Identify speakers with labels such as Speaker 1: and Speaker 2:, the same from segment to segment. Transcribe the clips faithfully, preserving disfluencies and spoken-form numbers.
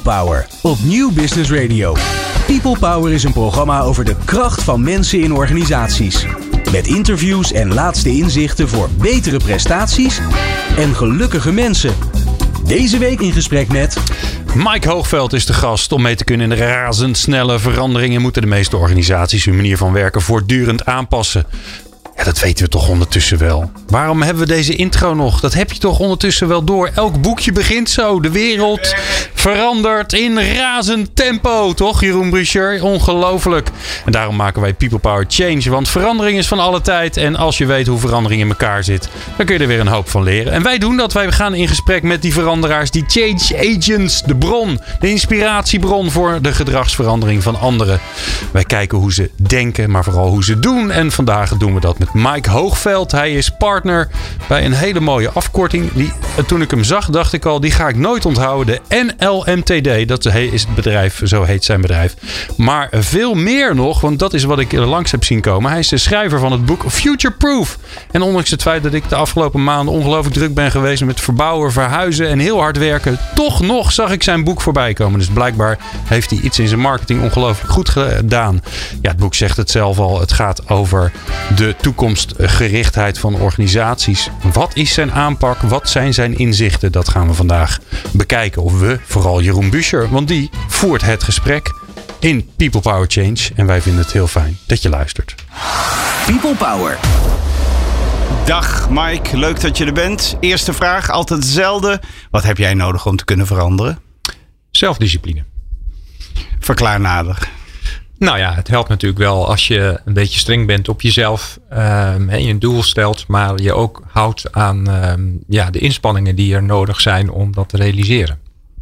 Speaker 1: Power op Nieuw Business Radio. People Power is een programma over de kracht van mensen in organisaties. Met interviews en laatste inzichten voor betere prestaties en gelukkige mensen. Deze week in gesprek met...
Speaker 2: Mike Hoogveld is de gast. Om mee te kunnen in de razendsnelle veranderingen moeten de meeste organisaties hun manier van werken voortdurend aanpassen. Ja, dat weten we toch ondertussen wel. Waarom hebben we deze intro nog? Dat heb je toch ondertussen wel door. Elk boekje begint zo. De wereld verandert in razend tempo. Toch, Jeroen Buescher? Ongelooflijk. En daarom maken wij People Power Change. Want verandering is van alle tijd. En als je weet hoe verandering in elkaar zit, dan kun je er weer een hoop van leren. En wij doen dat. Wij gaan in gesprek met die veranderaars. Die change agents. De bron. De inspiratiebron voor de gedragsverandering van anderen. Wij kijken hoe ze denken, maar vooral hoe ze doen. En vandaag doen we dat met Mike Hoogveld. Hij is partner bij een hele mooie afkorting. Die, toen ik hem zag, dacht ik al, die ga ik nooit onthouden. De N L M T D, dat is het bedrijf, zo heet zijn bedrijf. Maar veel meer nog, want dat is wat ik langs heb zien komen. Hij is de schrijver van het boek Future Proof. En ondanks het feit dat ik de afgelopen maanden ongelooflijk druk ben geweest met verbouwen, verhuizen en heel hard werken, toch nog zag ik zijn boek voorbij komen. Dus blijkbaar heeft hij iets in zijn marketing ongelooflijk goed gedaan. Ja, het boek zegt het zelf al. Het gaat over de toekomstgerichtheid van organisaties. Wat is zijn aanpak? Wat zijn zijn inzichten? Dat gaan we vandaag bekijken. Of we, vooral Jeroen Buescher, want die voert het gesprek in People Power Change. En wij vinden het heel fijn dat je luistert.
Speaker 1: People Power.
Speaker 3: Dag Mike, leuk dat je er bent. Eerste vraag, altijd hetzelfde. Wat heb jij nodig om te kunnen veranderen?
Speaker 4: Zelfdiscipline.
Speaker 3: Verklaar nader.
Speaker 4: Nou ja, het helpt natuurlijk wel als je een beetje streng bent op jezelf. Um, en je een doel stelt, maar je ook houdt aan um, ja, de inspanningen die er nodig zijn om dat te realiseren.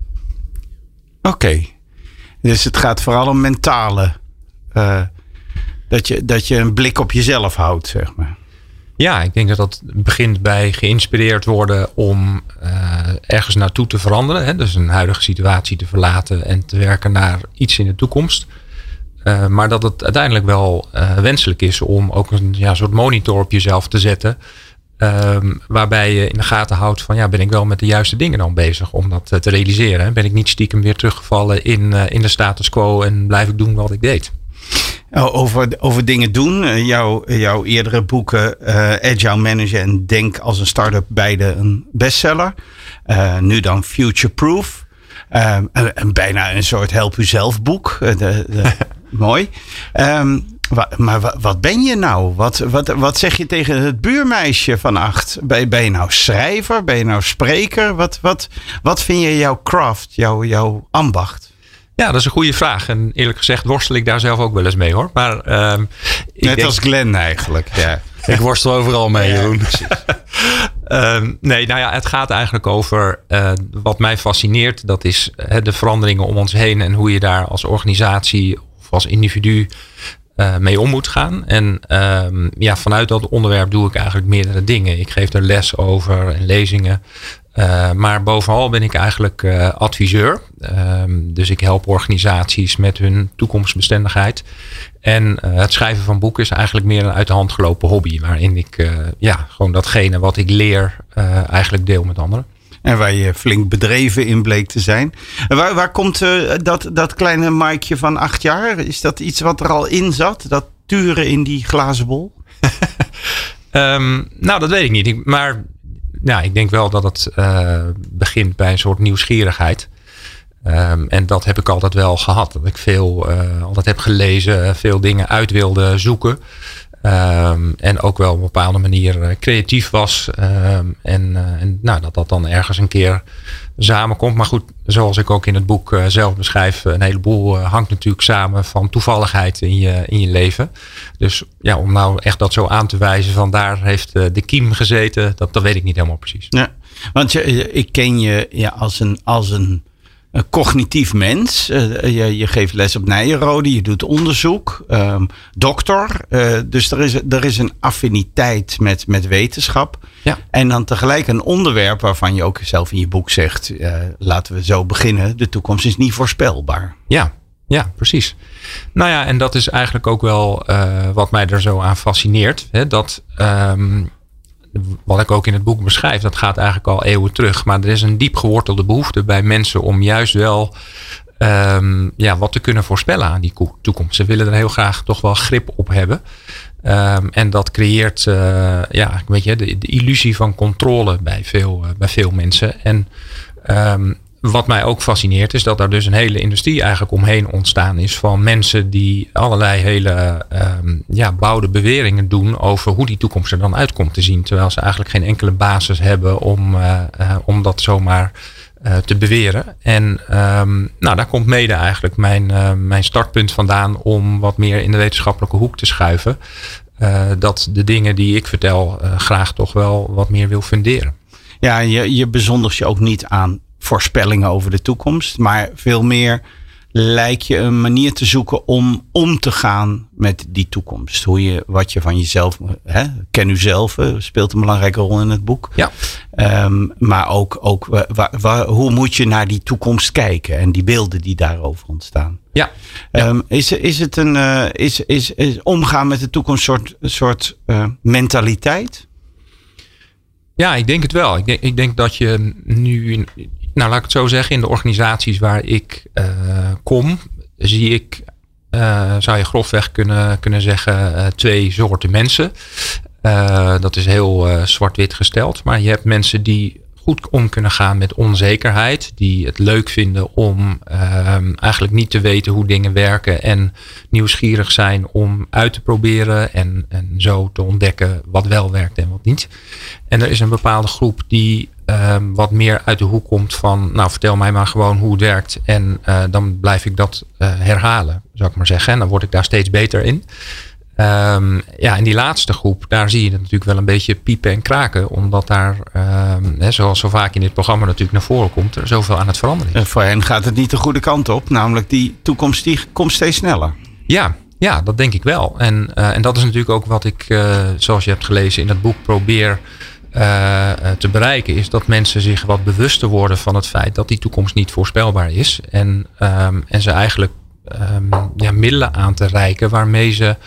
Speaker 3: Oké. Okay. Dus het gaat vooral om mentale. Uh, dat, je, dat je een blik op jezelf houdt, zeg maar.
Speaker 4: Ja, ik denk dat dat begint bij geïnspireerd worden om uh, ergens naartoe te veranderen. Hè? Dus een huidige situatie te verlaten en te werken naar iets in de toekomst. Uh, maar dat het uiteindelijk wel uh, wenselijk is om ook een ja, soort monitor op jezelf te zetten. Um, waarbij je in de gaten houdt van ja, ben ik wel met de juiste dingen dan bezig om dat uh, te realiseren. Ben ik niet stiekem weer teruggevallen in, uh, in de status quo en blijf ik doen wat ik deed.
Speaker 3: Over, over dingen doen. Jouw, jouw eerdere boeken uh, Agile Manager en Denk als een Start-up, beide een bestseller. Uh, nu dan Future Proof. Uh, en bijna een soort help u zelf boek. De, de, mooi. Um, wa, maar wa, wat ben je nou? Wat, wat, wat zeg je tegen het buurmeisje van acht? Ben, ben je nou schrijver? Ben je nou spreker? Wat, wat, wat vind je jouw craft, jouw, jouw ambacht?
Speaker 4: Ja, dat is een goede vraag. En eerlijk gezegd worstel ik daar zelf ook wel eens mee hoor. Maar, um, ik
Speaker 3: Net
Speaker 4: denk...
Speaker 3: als Glenn eigenlijk. Ja.
Speaker 2: Ik worstel overal mee, Jeroen.
Speaker 4: Ja, um, nee, nou ja, het gaat eigenlijk over uh, wat mij fascineert. Dat is uh, de veranderingen om ons heen en hoe je daar als organisatie of als individu uh, mee om moet gaan. En um, ja, vanuit dat onderwerp doe ik eigenlijk meerdere dingen. Ik geef er les over en lezingen. Uh, maar bovenal ben ik eigenlijk uh, adviseur. Um, dus ik help organisaties met hun toekomstbestendigheid. En uh, het schrijven van boeken is eigenlijk meer een uit de hand gelopen hobby. Waarin ik uh, ja, gewoon datgene wat ik leer uh, eigenlijk deel met anderen.
Speaker 3: En waar je flink bedreven in bleek te zijn. Waar, waar komt uh, dat, dat kleine Mikeje van acht jaar? Is dat iets wat er al in zat? Dat turen in die glazen bol?
Speaker 4: um, nou, dat weet ik niet. Ik, maar ja, ik denk wel dat het uh, begint bij een soort nieuwsgierigheid. Um, en dat heb ik altijd wel gehad. Dat ik veel uh, altijd heb gelezen, veel dingen uit wilde zoeken. Um, en ook wel op een bepaalde manier creatief was. Um, en uh, en nou, dat dat dan ergens een keer samenkomt. Maar goed, zoals ik ook in het boek uh, zelf beschrijf, een heleboel uh, hangt natuurlijk samen van toevalligheid in je, in je leven. Dus ja, om nou echt dat zo aan te wijzen van daar heeft uh, de kiem gezeten, dat, dat weet ik niet helemaal precies.
Speaker 3: Ja, want je, ik ken je ja, als een, als een Een cognitief mens. Uh, je, je geeft les op Nyenrode. Je doet onderzoek. Um, dokter. Uh, dus er is, er is een affiniteit met, met wetenschap. Ja. En dan tegelijk een onderwerp waarvan je ook zelf in je boek zegt. Uh, laten we zo beginnen. De toekomst is niet voorspelbaar.
Speaker 4: Ja, ja, precies. Nou ja, en dat is eigenlijk ook wel uh, wat mij er zo aan fascineert. Hè, dat um, wat ik ook in het boek beschrijf, dat gaat eigenlijk al eeuwen terug. Maar er is een diep gewortelde behoefte bij mensen om juist wel um, ja, wat te kunnen voorspellen aan die toekomst. Ze willen er heel graag toch wel grip op hebben. Um, en dat creëert uh, ja, weet je, de, de illusie van controle bij veel, uh, bij veel mensen. En um, wat mij ook fascineert is dat er dus een hele industrie eigenlijk omheen ontstaan is van mensen die allerlei hele um, ja, bouwde beweringen doen over hoe die toekomst er dan uitkomt te zien. Terwijl ze eigenlijk geen enkele basis hebben om, uh, uh, om dat zomaar uh, te beweren. En um, nou, daar komt mede eigenlijk mijn, uh, mijn startpunt vandaan om wat meer in de wetenschappelijke hoek te schuiven. Uh, dat de dingen die ik vertel uh, graag toch wel wat meer wil funderen.
Speaker 3: Ja, je, je bezondigt je ook niet aan voorspellingen over de toekomst, maar veel meer lijkt je een manier te zoeken om om te gaan met die toekomst. Hoe je, wat je van jezelf, hè, ken u zelf, speelt een belangrijke rol in het boek.
Speaker 4: Ja.
Speaker 3: Um, maar ook, ook wa, wa, hoe moet je naar die toekomst kijken en die beelden die daarover ontstaan.
Speaker 4: Ja. ja.
Speaker 3: Um, is, is het een, uh, is, is, is omgaan met de toekomst een soort, soort uh, mentaliteit?
Speaker 4: Ja, ik denk het wel. Ik denk, ik denk dat je nu, in, nou laat ik het zo zeggen, in de organisaties waar ik uh, kom, zie ik, uh, zou je grofweg kunnen, kunnen zeggen, uh, twee soorten mensen. Uh, dat is heel uh, zwart-wit gesteld. Maar je hebt mensen die goed om kunnen gaan met onzekerheid. Die het leuk vinden om uh, eigenlijk niet te weten hoe dingen werken. En nieuwsgierig zijn om uit te proberen. En, en zo te ontdekken wat wel werkt en wat niet. En er is een bepaalde groep die uh, wat meer uit de hoek komt van, nou vertel mij maar gewoon hoe het werkt. En uh, dan blijf ik dat uh, herhalen, zou ik maar zeggen. En dan word ik daar steeds beter in. Um, ja, en die laatste groep, daar zie je het natuurlijk wel een beetje piepen en kraken. Omdat daar, um, hè, zoals zo vaak in dit programma natuurlijk naar voren komt, er zoveel aan het veranderen is.
Speaker 3: En voor hen gaat het niet de goede kant op. Namelijk die toekomst die komt steeds sneller.
Speaker 4: Ja, ja, dat denk ik wel. En, uh, en dat is natuurlijk ook wat ik, uh, zoals je hebt gelezen in het boek, probeer uh, te bereiken. Is dat mensen zich wat bewuster worden van het feit dat die toekomst niet voorspelbaar is. En, um, en ze eigenlijk Um, ja, middelen aan te reiken waarmee ze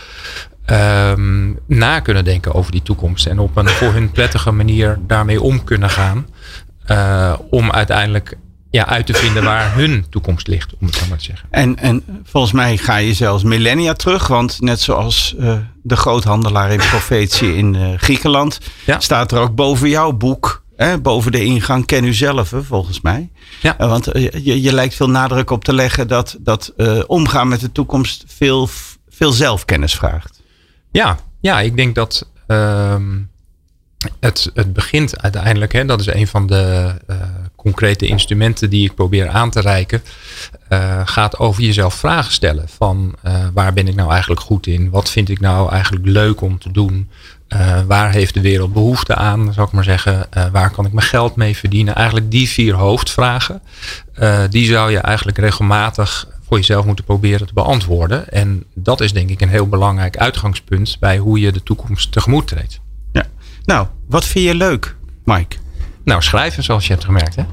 Speaker 4: um, na kunnen denken over die toekomst. En op een voor hun prettige manier daarmee om kunnen gaan. Uh, om uiteindelijk ja, uit te vinden waar hun toekomst ligt, om het zo maar te zeggen.
Speaker 3: En, en volgens mij ga je zelfs millennia terug. Want net zoals uh, de groothandelaar in profetie in uh, Griekenland, ja, staat er ook boven jouw boek, hè, boven de ingang, ken u zelf, hè, volgens mij. Ja. Uh, want uh, je, je lijkt veel nadruk op te leggen dat, dat uh, omgaan met de toekomst veel, veel zelfkennis vraagt.
Speaker 4: Ja, ja, ik denk dat uh, het, het begint uiteindelijk, hè, dat is een van de uh, concrete instrumenten die ik probeer aan te reiken, uh, gaat over jezelf vragen stellen. Van uh, waar ben ik nou eigenlijk goed in? Wat vind ik nou eigenlijk leuk om te doen? Uh, waar heeft de wereld behoefte aan, zou ik maar zeggen. Uh, waar kan ik mijn geld mee verdienen? Eigenlijk die vier hoofdvragen, uh, die zou je eigenlijk regelmatig voor jezelf moeten proberen te beantwoorden. En dat is denk ik een heel belangrijk uitgangspunt bij hoe je de toekomst tegemoet treedt.
Speaker 3: Ja. Nou, wat vind je leuk, Mike?
Speaker 4: Nou, schrijven zoals je hebt gemerkt. Hè?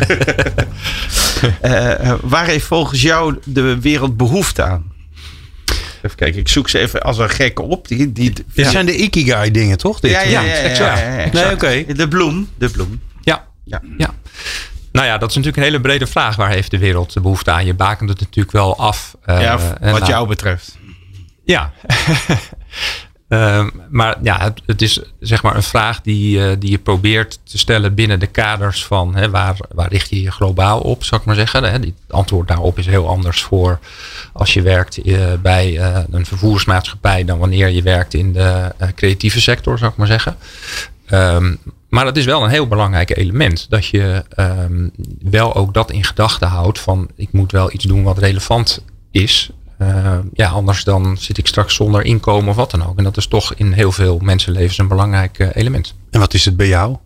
Speaker 3: uh, uh, waar heeft volgens jou de wereld behoefte aan? Even kijken, ik zoek ze even als een gek op. Die, die,
Speaker 2: Dit ja. zijn de Ikigai dingen, toch? Dit?
Speaker 3: Ja, ja, ja, ja,
Speaker 2: exact.
Speaker 3: ja, ja, ja.
Speaker 2: Nee, oké. Okay.
Speaker 3: De bloem, de bloem.
Speaker 4: Ja. Ja. ja. Nou ja, dat is natuurlijk een hele brede vraag. Waar heeft de wereld de behoefte aan? Je bakent het natuurlijk wel af. Uh,
Speaker 3: ja, wat nou, jou betreft.
Speaker 4: Ja. uh, maar ja, het, het is zeg maar een vraag die, uh, die je probeert te stellen binnen de kaders van hè, waar, waar richt je je globaal op, zou ik maar zeggen. Hè? Het antwoord daarop is heel anders voor als je werkt uh, bij uh, een vervoersmaatschappij dan wanneer je werkt in de uh, creatieve sector, zou ik maar zeggen. Um, maar het is wel een heel belangrijk element. Dat je um, wel ook dat in gedachten houdt van ik moet wel iets doen wat relevant is. Uh, ja, anders dan zit ik straks zonder inkomen of wat dan ook. En dat is toch in heel veel mensenlevens een belangrijk uh, element.
Speaker 2: En wat is het bij jou?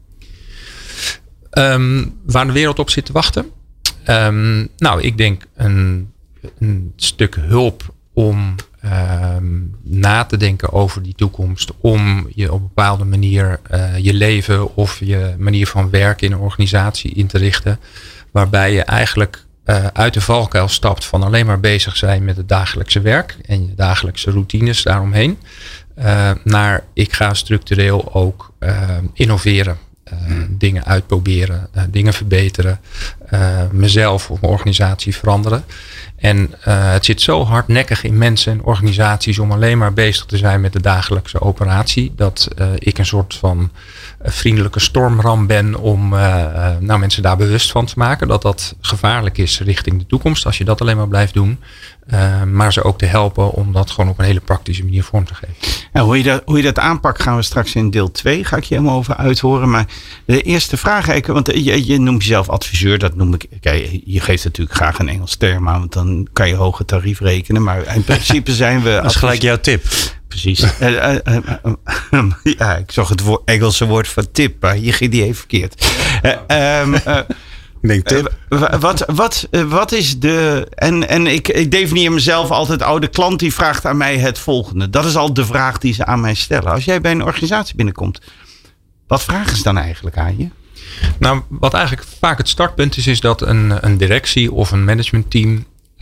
Speaker 4: Um, waar de wereld op zit te wachten? Um, nou, ik denk een, een stuk hulp om um, na te denken over die toekomst. Om je op een bepaalde manier uh, je leven of je manier van werken in een organisatie in te richten. Waarbij je eigenlijk uh, uit de valkuil stapt van alleen maar bezig zijn met het dagelijkse werk. En je dagelijkse routines daaromheen. Uh, naar ik ga structureel ook uh, innoveren. Uh, hmm. Dingen uitproberen, uh, dingen verbeteren. Uh, mezelf of mijn organisatie veranderen. En uh, het zit zo hardnekkig in mensen en organisaties om alleen maar bezig te zijn met de dagelijkse operatie. Dat uh, ik een soort van vriendelijke stormram ben om uh, uh, nou, mensen daar bewust van te maken. Dat dat gevaarlijk is richting de toekomst als je dat alleen maar blijft doen. Uh, maar ze ook te helpen om dat gewoon op een hele praktische manier vorm te geven.
Speaker 3: Ja, hoe, je dat, hoe je dat aanpakt gaan we straks in deel twee. Ga ik je helemaal over uithoren. Maar de eerste vraag eigenlijk. Want je, je noemt jezelf adviseur. Dat noem ik. Kijk, je geeft natuurlijk graag een Engels term aan. Want dan kan je hoge tarief rekenen. Maar in principe zijn we.
Speaker 2: Dat is gelijk jouw tip.
Speaker 3: Precies. uh, uh, uh, uh, ja, ik zag het woord, Engelse woord van tip. Maar hier ging die even verkeerd. Uh, um, uh,
Speaker 2: Ik denk tip.
Speaker 3: Uh, wat, wat, uh, wat is de. En, en ik, ik definieer mezelf altijd. Oude klant die vraagt aan mij het volgende. Dat is al de vraag die ze aan mij stellen. Als jij bij een organisatie binnenkomt. Wat vragen ze dan eigenlijk aan je?
Speaker 4: Nou, wat eigenlijk vaak het startpunt is. Is dat een, een directie of een managementteam.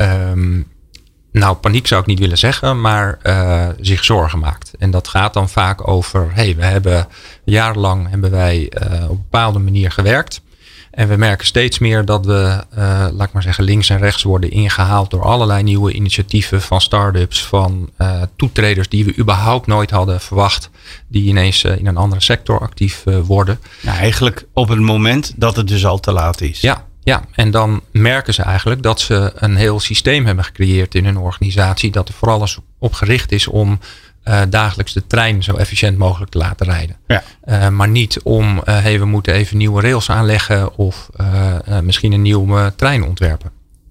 Speaker 4: Um, nou, paniek zou ik niet willen zeggen. Maar uh, zich zorgen maakt. En dat gaat dan vaak over. Hey, we hebben jarenlang hebben wij uh, op een bepaalde manier gewerkt. En we merken steeds meer dat we, uh, laat ik maar zeggen, links en rechts worden ingehaald door allerlei nieuwe initiatieven van start-ups, van uh, toetreders die we überhaupt nooit hadden verwacht, die ineens uh, in een andere sector actief uh, worden.
Speaker 3: Nou, eigenlijk op het moment dat het dus al te laat is.
Speaker 4: Ja, ja, en dan merken ze eigenlijk dat ze een heel systeem hebben gecreëerd in hun organisatie, dat er vooral op gericht is om Uh, dagelijks de trein zo efficiënt mogelijk te laten rijden. Ja. Uh, maar niet om, uh, hey, we moeten even nieuwe rails aanleggen of uh, uh, misschien een nieuwe trein ontwerpen.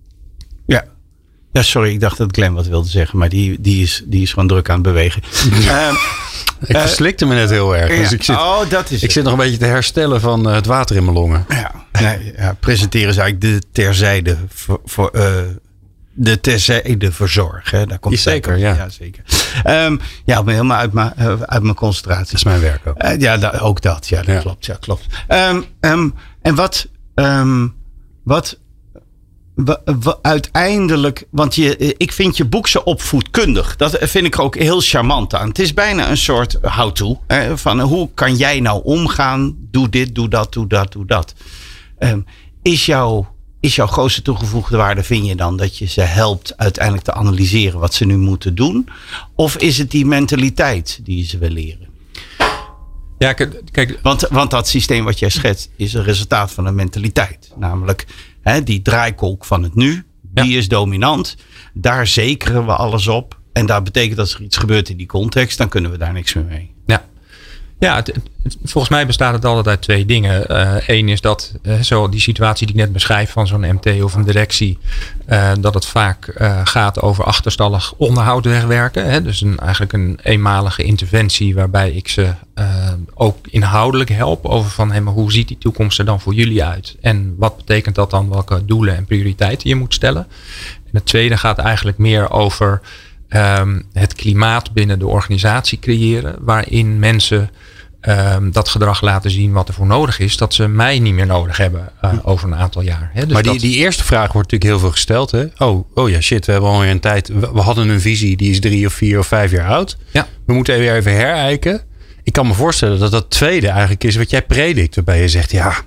Speaker 3: Ja. Ja, sorry, ik dacht dat Glenn wat wilde zeggen, maar die, die, is, die is gewoon druk aan het bewegen. uh,
Speaker 2: ik verslikte me net heel erg. Dus
Speaker 3: ja.
Speaker 2: ik zit,
Speaker 3: oh, dat is
Speaker 2: ik zit nog een beetje te herstellen van uh, het water in mijn longen.
Speaker 3: Ja, nee, ja, presenteren is eigenlijk de terzijde voor... voor uh, de terzijde verzorg. Hè? Daar komt
Speaker 2: zeker, ja.
Speaker 3: ja, zeker. Um, ja, ik ben helemaal uit mijn, uh, uit mijn concentratie.
Speaker 2: Dat is mijn werk ook.
Speaker 3: Uh, ja, da, ook dat. Ja, dat
Speaker 2: ja.
Speaker 3: klopt. Ja, klopt. Um, um, en wat, um, wat, w, w, uiteindelijk, want je, ik vind je boek zo opvoedkundig. Dat vind ik ook heel charmant aan. Het is bijna een soort how-to. Hè, van hoe kan jij nou omgaan? Doe dit, doe dat, doe dat, doe dat. Um, is jouw Is jouw grootste toegevoegde waarde, vind je dan dat je ze helpt uiteindelijk te analyseren wat ze nu moeten doen? Of is het die mentaliteit die je ze wil leren?
Speaker 4: Ja, kijk, kijk.
Speaker 3: Want, want dat systeem wat jij schetst is een resultaat van een mentaliteit. Namelijk hè, die draaikolk van het nu, die ja. is dominant. Daar zekeren we alles op. En dat betekent dat als er iets gebeurt in die context, dan kunnen we daar niks meer mee.
Speaker 4: Ja. Ja, het, het, volgens mij bestaat het altijd uit twee dingen. Eén uh, is dat uh, zo die situatie die ik net beschrijf van zo'n M T of een directie. Uh, dat het vaak uh, gaat over achterstallig onderhoud wegwerken. Hè? Dus een, eigenlijk een eenmalige interventie waarbij ik ze uh, ook inhoudelijk help. Over van hey, maar hoe ziet die toekomst er dan voor jullie uit? En wat betekent dat dan? Welke doelen en prioriteiten je moet stellen? En het tweede gaat eigenlijk meer over um, het klimaat binnen de organisatie creëren. Waarin mensen Um, dat gedrag laten zien wat er voor nodig is. Dat ze mij niet meer nodig hebben uh, over een aantal jaar. Hè? Dus
Speaker 2: maar die,
Speaker 4: dat...
Speaker 2: die eerste vraag wordt natuurlijk heel veel gesteld. Hè? Oh, oh ja, shit, we hebben alweer een tijd. We, we hadden een visie die is drie of vier of vijf jaar oud.
Speaker 4: Ja.
Speaker 2: We moeten weer even herijken. Ik kan me voorstellen dat dat tweede eigenlijk is wat jij predikt. Waarbij je zegt, ja,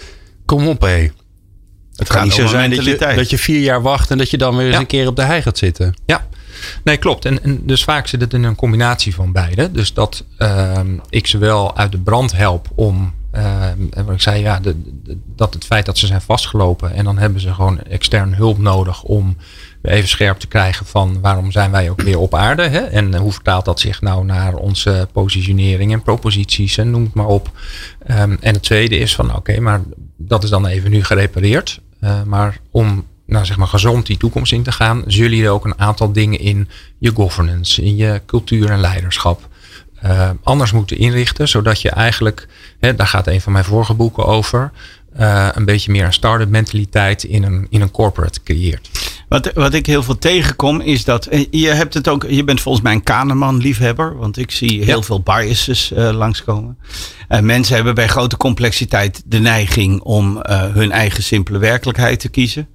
Speaker 2: kom op hé. Het kan niet zo zijn dat je, dat je vier jaar wacht en dat je dan weer eens ja. een keer op de hei gaat zitten.
Speaker 4: Ja. Nee, klopt. En, en dus vaak zit het in een combinatie van beide. Dus dat uh, ik ze wel uit de brand help om, uh, wat ik zei, ja, de, de, dat het feit dat ze zijn vastgelopen en dan hebben ze gewoon extern hulp nodig om even scherp te krijgen van waarom zijn wij ook weer op aarde. Hè? En hoe vertaalt dat zich nou naar onze positionering en proposities en noem het maar op. Um, en het tweede is van oké, okay, maar dat is dan even nu gerepareerd. Uh, maar om nou zeg maar gezond die toekomst in te gaan, zullen je ook een aantal dingen in je governance, in je cultuur en leiderschap uh, anders moeten inrichten, zodat je eigenlijk, hè, daar gaat een van mijn vorige boeken over, uh, een beetje meer een start-up mentaliteit in een, in een corporate creëert.
Speaker 3: Wat, wat ik heel veel tegenkom is dat, je hebt het ook, je bent volgens mij een Kahneman liefhebber, want ik zie heel ja. veel biases uh, langskomen. Uh, mensen hebben bij grote complexiteit de neiging om uh, hun eigen simpele werkelijkheid te kiezen.
Speaker 4: Ja.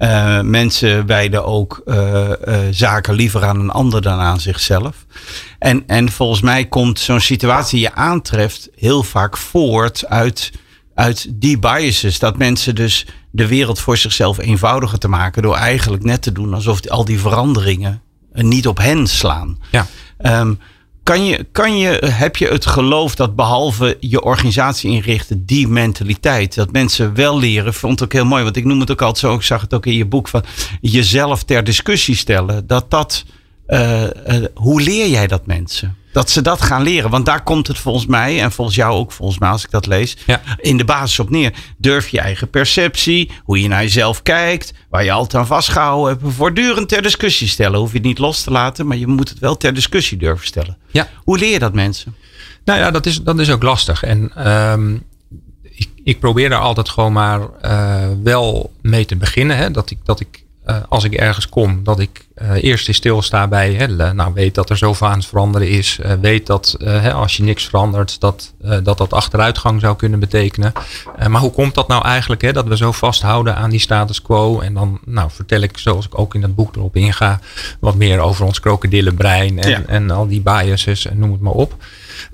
Speaker 3: Uh, mensen wijden ook uh, uh, zaken liever aan een ander dan aan zichzelf. En, en volgens mij komt zo'n situatie die je aantreft heel vaak voort uit, uit die biases. Dat mensen dus de wereld voor zichzelf eenvoudiger te maken door eigenlijk net te doen alsof die, al die veranderingen niet op hen slaan.
Speaker 4: Ja.
Speaker 3: Um, Kan je, kan je, heb je het geloof dat behalve je organisatie inrichten, die mentaliteit, dat mensen wel leren, vond ik ook heel mooi, want ik noem het ook altijd zo, ik zag het ook in je boek, van jezelf ter discussie stellen, dat dat, uh, uh, hoe leer jij dat mensen? Dat ze dat gaan leren, want daar komt het volgens mij, en volgens jou ook volgens mij als ik dat lees, ja. in de basis op neer. Durf je eigen perceptie, hoe je naar jezelf kijkt, waar je altijd aan vastgehouden hebt, voortdurend ter discussie stellen. Hoef je het niet los te laten, maar je moet het wel ter discussie durven stellen.
Speaker 4: Ja.
Speaker 3: Hoe leer je dat mensen?
Speaker 4: Nou ja, dat is, dat is ook lastig. En um, ik, ik probeer daar altijd gewoon maar uh, wel mee te beginnen. Hè? Dat ik, dat ik uh, als ik ergens kom, dat ik uh, eerst eens stilsta bij, hè, nou weet dat er zoveel aan het veranderen is. Uh, weet dat uh, hè, als je niks verandert, dat, uh, dat dat achteruitgang zou kunnen betekenen. Uh, maar hoe komt dat nou eigenlijk, hè, dat we zo vasthouden aan die status quo? En dan nou, vertel ik, zoals ik ook in het boek erop inga, wat meer over ons krokodillenbrein en, ja. en al die biases en noem het maar op.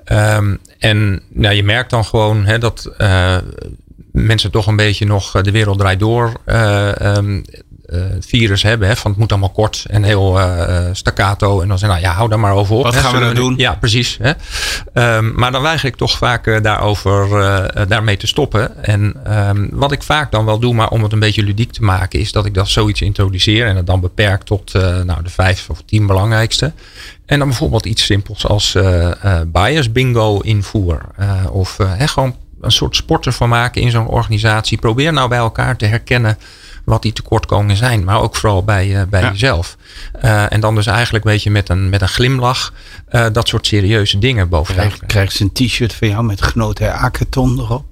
Speaker 4: Um, en nou, je merkt dan gewoon hè, dat uh, mensen toch een beetje nog de wereld draait door uh, um, uh, virus hebben. Hè, van het moet allemaal kort en heel uh, staccato. En dan zeggen nou ja, hou daar maar over op.
Speaker 3: Wat
Speaker 4: hè,
Speaker 3: gaan we nou doen?
Speaker 4: Ja, precies. Hè. Um, maar dan weiger ik toch vaak uh, daarover uh, daarmee te stoppen. En um, wat ik vaak dan wel doe, maar om het een beetje ludiek te maken, is dat ik dat zoiets introduceer en het dan beperk tot uh, nou, de vijf of tien belangrijkste. En dan bijvoorbeeld iets simpels als uh, uh, bias bingo invoer. Uh, of uh, he, gewoon een soort sport ervan maken in zo'n organisatie. Probeer nou bij elkaar te herkennen wat die tekortkomingen zijn. Maar ook vooral bij, uh, bij ja. jezelf. Uh, en dan dus eigenlijk weet je met een, met een glimlach uh, dat soort serieuze dingen bovenaan.
Speaker 3: Krijg, krijg ze een t-shirt van jou met Genoten Hackathon erop?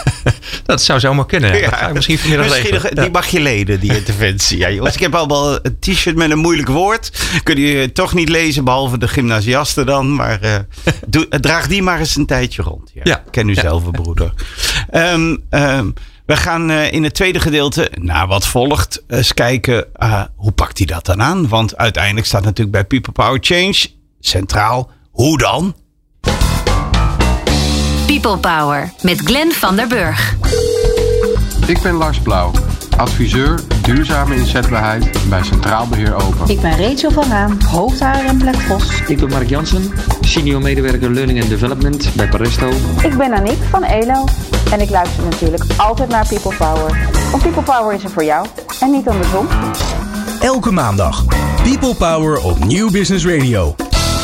Speaker 4: Dat zou zomaar kunnen. Ja. Ja. Dat ga ik misschien vanmiddag
Speaker 3: misschien
Speaker 4: regelen.
Speaker 3: Die mag je leden, die interventie. Ja, jongens, ik heb allemaal een t-shirt met een moeilijk woord. Kun je toch niet lezen, behalve de gymnasiasten dan. Maar uh, doe, draag die maar eens een tijdje rond. Ja, ja. Ken u ja. zelf, broeder. Um, um, we gaan uh, in het tweede gedeelte, naar wat volgt, eens kijken uh, hoe pakt hij dat dan aan? Want uiteindelijk staat natuurlijk bij People Power Change centraal. Hoe dan?
Speaker 5: People Power met Glenn van der Burg.
Speaker 6: Ik ben Lars Blauw, adviseur duurzame inzetbaarheid bij Centraal Beheer Open.
Speaker 7: Ik ben Rachel van Raam, hoofd H R en Black Vos.
Speaker 8: Ik ben Mark Jansen, senior medewerker Learning and Development bij Paresto.
Speaker 9: Ik ben Aniek van E L O en ik luister natuurlijk altijd naar People Power. Want People Power is er voor jou en niet andersom.
Speaker 1: Elke maandag People Power op Nieuw Business Radio.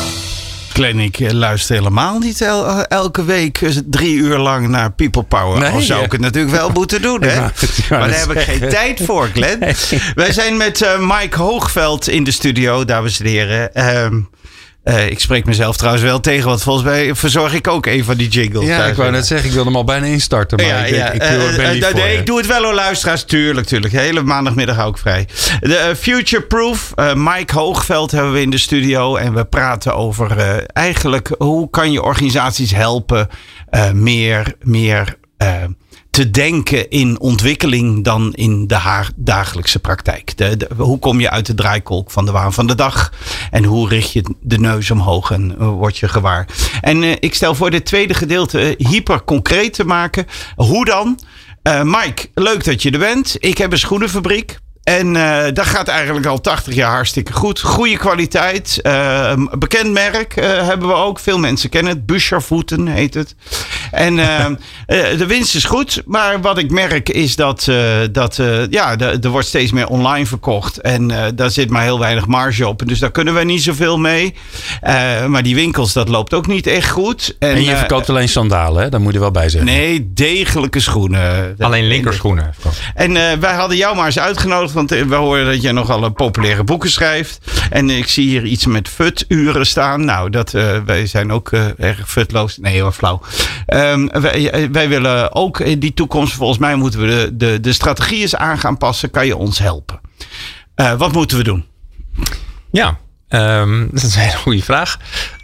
Speaker 3: Glenn, ik luister helemaal niet el, elke week drie uur lang naar People Power. Nee, Al zou ja. ik het natuurlijk wel moeten doen. Hè? Ja, maar daar heb ik geen tijd voor, Glenn. Nee. Wij zijn met uh, Mike Hoogveld in de studio, dames en heren. Um, Uh, ik spreek mezelf trouwens wel tegen, want volgens mij verzorg ik ook een van die jingles.
Speaker 2: Ja, ik wou net zeggen, ik wilde hem al bijna instarten, maar ja, ik, ja. ik, ik, ik ben niet uh, voor. Nee,
Speaker 3: ik doe het wel hoor, luisteraars. Tuurlijk, tuurlijk. Hele maandagmiddag hou ik vrij. De uh, Future Proof, uh, Mike Hoogveld hebben we in de studio. En we praten over uh, eigenlijk hoe kan je organisaties helpen uh, meer, meer uh, te denken in ontwikkeling dan in de haar dagelijkse praktijk. De, de, hoe kom je uit de draaikolk van de waan van de dag? En hoe richt je de neus omhoog en uh, word je gewaar? En uh, ik stel voor dit tweede gedeelte uh, hyper concreet te maken. Hoe dan? Uh, Mike, leuk dat je er bent. Ik heb een schoenenfabriek. En uh, dat gaat eigenlijk al tachtig jaar hartstikke goed. Goede kwaliteit. Uh, bekend merk uh, hebben we ook. Veel mensen kennen het. Buschervoeten heet het. En uh, uh, de winst is goed. Maar wat ik merk is dat, uh, dat uh, ja, er wordt steeds meer online verkocht. En uh, daar zit maar heel weinig marge op. Dus daar kunnen we niet zoveel mee. Uh, maar die winkels, dat loopt ook niet echt goed. En,
Speaker 2: en je verkoopt uh, alleen sandalen, hè? Daar moet je wel bij zeggen.
Speaker 3: Nee, degelijke schoenen.
Speaker 4: Alleen linkerschoenen.
Speaker 3: En uh, wij hadden jou maar eens uitgenodigd. Want we horen dat jij nogal populaire boeken schrijft. En ik zie hier iets met F U T-uren staan. Nou, dat, uh, wij zijn ook uh, erg futloos. Nee hoor, flauw. Um, wij, wij willen ook in die toekomst, volgens mij moeten we de, de, de strategie eens aan gaan passen. Kan je ons helpen? Uh, wat moeten we doen?
Speaker 4: Ja, um, dat is een hele goede vraag.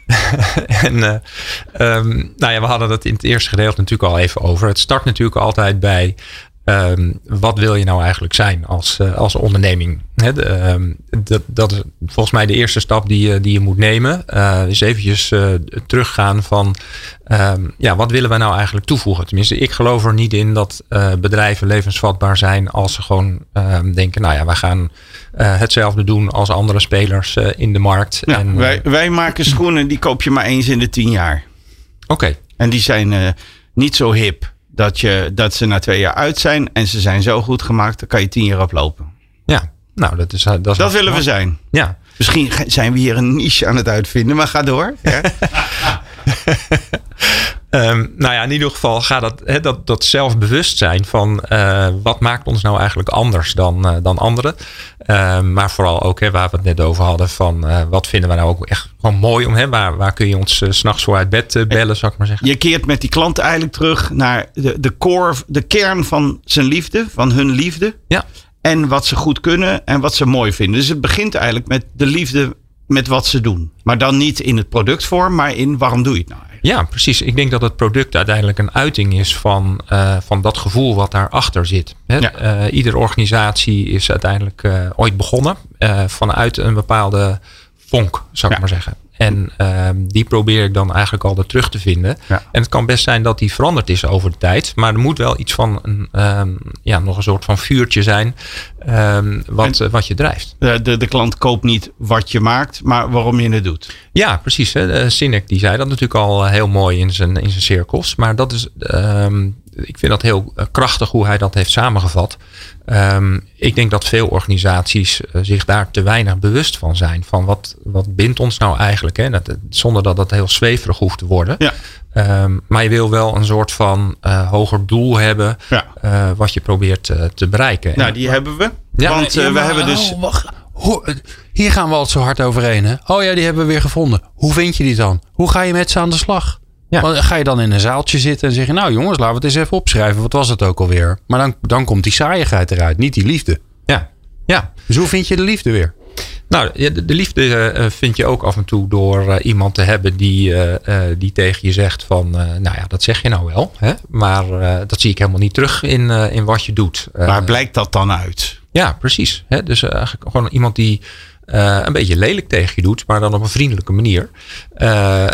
Speaker 4: en uh, um, nou ja, we hadden het in het eerste gedeelte natuurlijk al even over. Het start natuurlijk altijd bij Um, wat wil je nou eigenlijk zijn als, uh, als onderneming? He, de, um, dat, dat is volgens mij de eerste stap die je, die je moet nemen. Uh, is eventjes uh, teruggaan van um, ja, wat willen we nou eigenlijk toevoegen? Tenminste, ik geloof er niet in dat uh, bedrijven levensvatbaar zijn als ze gewoon uh, denken, nou ja, wij gaan uh, hetzelfde doen als andere spelers uh, in de markt.
Speaker 3: Ja,
Speaker 4: en,
Speaker 3: wij, wij maken schoenen, die koop je maar eens in de tien jaar.
Speaker 4: Oké. Okay.
Speaker 3: En die zijn uh, niet zo hip. Dat, je, dat ze na twee jaar uit zijn en ze zijn zo goed gemaakt, dan kan je tien jaar oplopen.
Speaker 4: Ja, nou dat is... Dat, is
Speaker 3: dat willen we zijn.
Speaker 4: Ja.
Speaker 3: Misschien zijn we hier een niche aan het uitvinden, maar ga door. Ja.
Speaker 4: um, nou ja, in ieder geval gaat dat, he, dat, dat zelfbewustzijn van uh, wat maakt ons nou eigenlijk anders dan, uh, dan anderen. Uh, maar vooral ook he, waar we het net over hadden van uh, wat vinden we nou ook echt gewoon mooi om. He, waar, waar kun je ons uh, 's nachts voor uit bed uh, bellen, zou ik maar zeggen.
Speaker 3: Je keert met die klant eigenlijk terug naar de, de core, de kern van zijn liefde, van hun liefde.
Speaker 4: Ja.
Speaker 3: En wat ze goed kunnen en wat ze mooi vinden. Dus het begint eigenlijk met de liefde met wat ze doen. Maar dan niet in het productvorm, maar in waarom doe je het nou eigenlijk?
Speaker 4: Ja, precies. Ik denk dat het product uiteindelijk een uiting is van, uh, van dat gevoel wat daarachter zit. Hè? Ja. Uh, iedere organisatie is uiteindelijk uh, ooit begonnen uh, vanuit een bepaalde vonk, zou ik ja. maar zeggen. En uh, die probeer ik dan eigenlijk altijd terug te vinden. Ja. En het kan best zijn dat die veranderd is over de tijd. Maar er moet wel iets van een, um, ja, nog een soort van vuurtje zijn um, wat, uh, wat je drijft.
Speaker 3: De, de, de klant koopt niet wat je maakt, maar waarom je het doet.
Speaker 4: Ja, precies. Hè. Sinek die zei dat natuurlijk al heel mooi in zijn, in zijn cirkels. Maar dat is, um, ik vind dat heel krachtig hoe hij dat heeft samengevat. Um, ik denk dat veel organisaties uh, zich daar te weinig bewust van zijn. Van wat, wat bindt ons nou eigenlijk? Hè? Dat, zonder dat dat heel zweverig hoeft te worden. Ja. Um, maar je wil wel een soort van uh, hoger doel hebben. Ja. Uh, wat je probeert uh, te bereiken.
Speaker 3: Nou, die en, hebben we.
Speaker 2: Ja,
Speaker 3: want uh,
Speaker 2: ja,
Speaker 3: we
Speaker 2: maar,
Speaker 3: hebben dus...
Speaker 2: Oh, wacht. Hoe, hier gaan we altijd zo hard overheen. Hè? Oh ja, die hebben we weer gevonden. Hoe vind je die dan? Hoe ga je met ze aan de slag? Ja. Want ga je dan in een zaaltje zitten en zeg je, nou jongens, laten we het eens even opschrijven. Wat was het ook alweer? Maar dan, dan komt die saaiigheid eruit, niet die liefde.
Speaker 4: Ja. Ja.
Speaker 2: Dus hoe vind je de liefde weer?
Speaker 4: Nou, de, de liefde uh, vind je ook af en toe door uh, iemand te hebben die, uh, uh, die tegen je zegt van, uh, nou ja, dat zeg je nou wel. Hè? Maar uh, dat zie ik helemaal niet terug in, uh, in wat je doet. Uh,
Speaker 3: Waar blijkt dat dan uit?
Speaker 4: Ja, precies. Hè? Dus uh, eigenlijk gewoon iemand die Uh, een beetje lelijk tegen je doet, maar dan op een vriendelijke manier. Uh,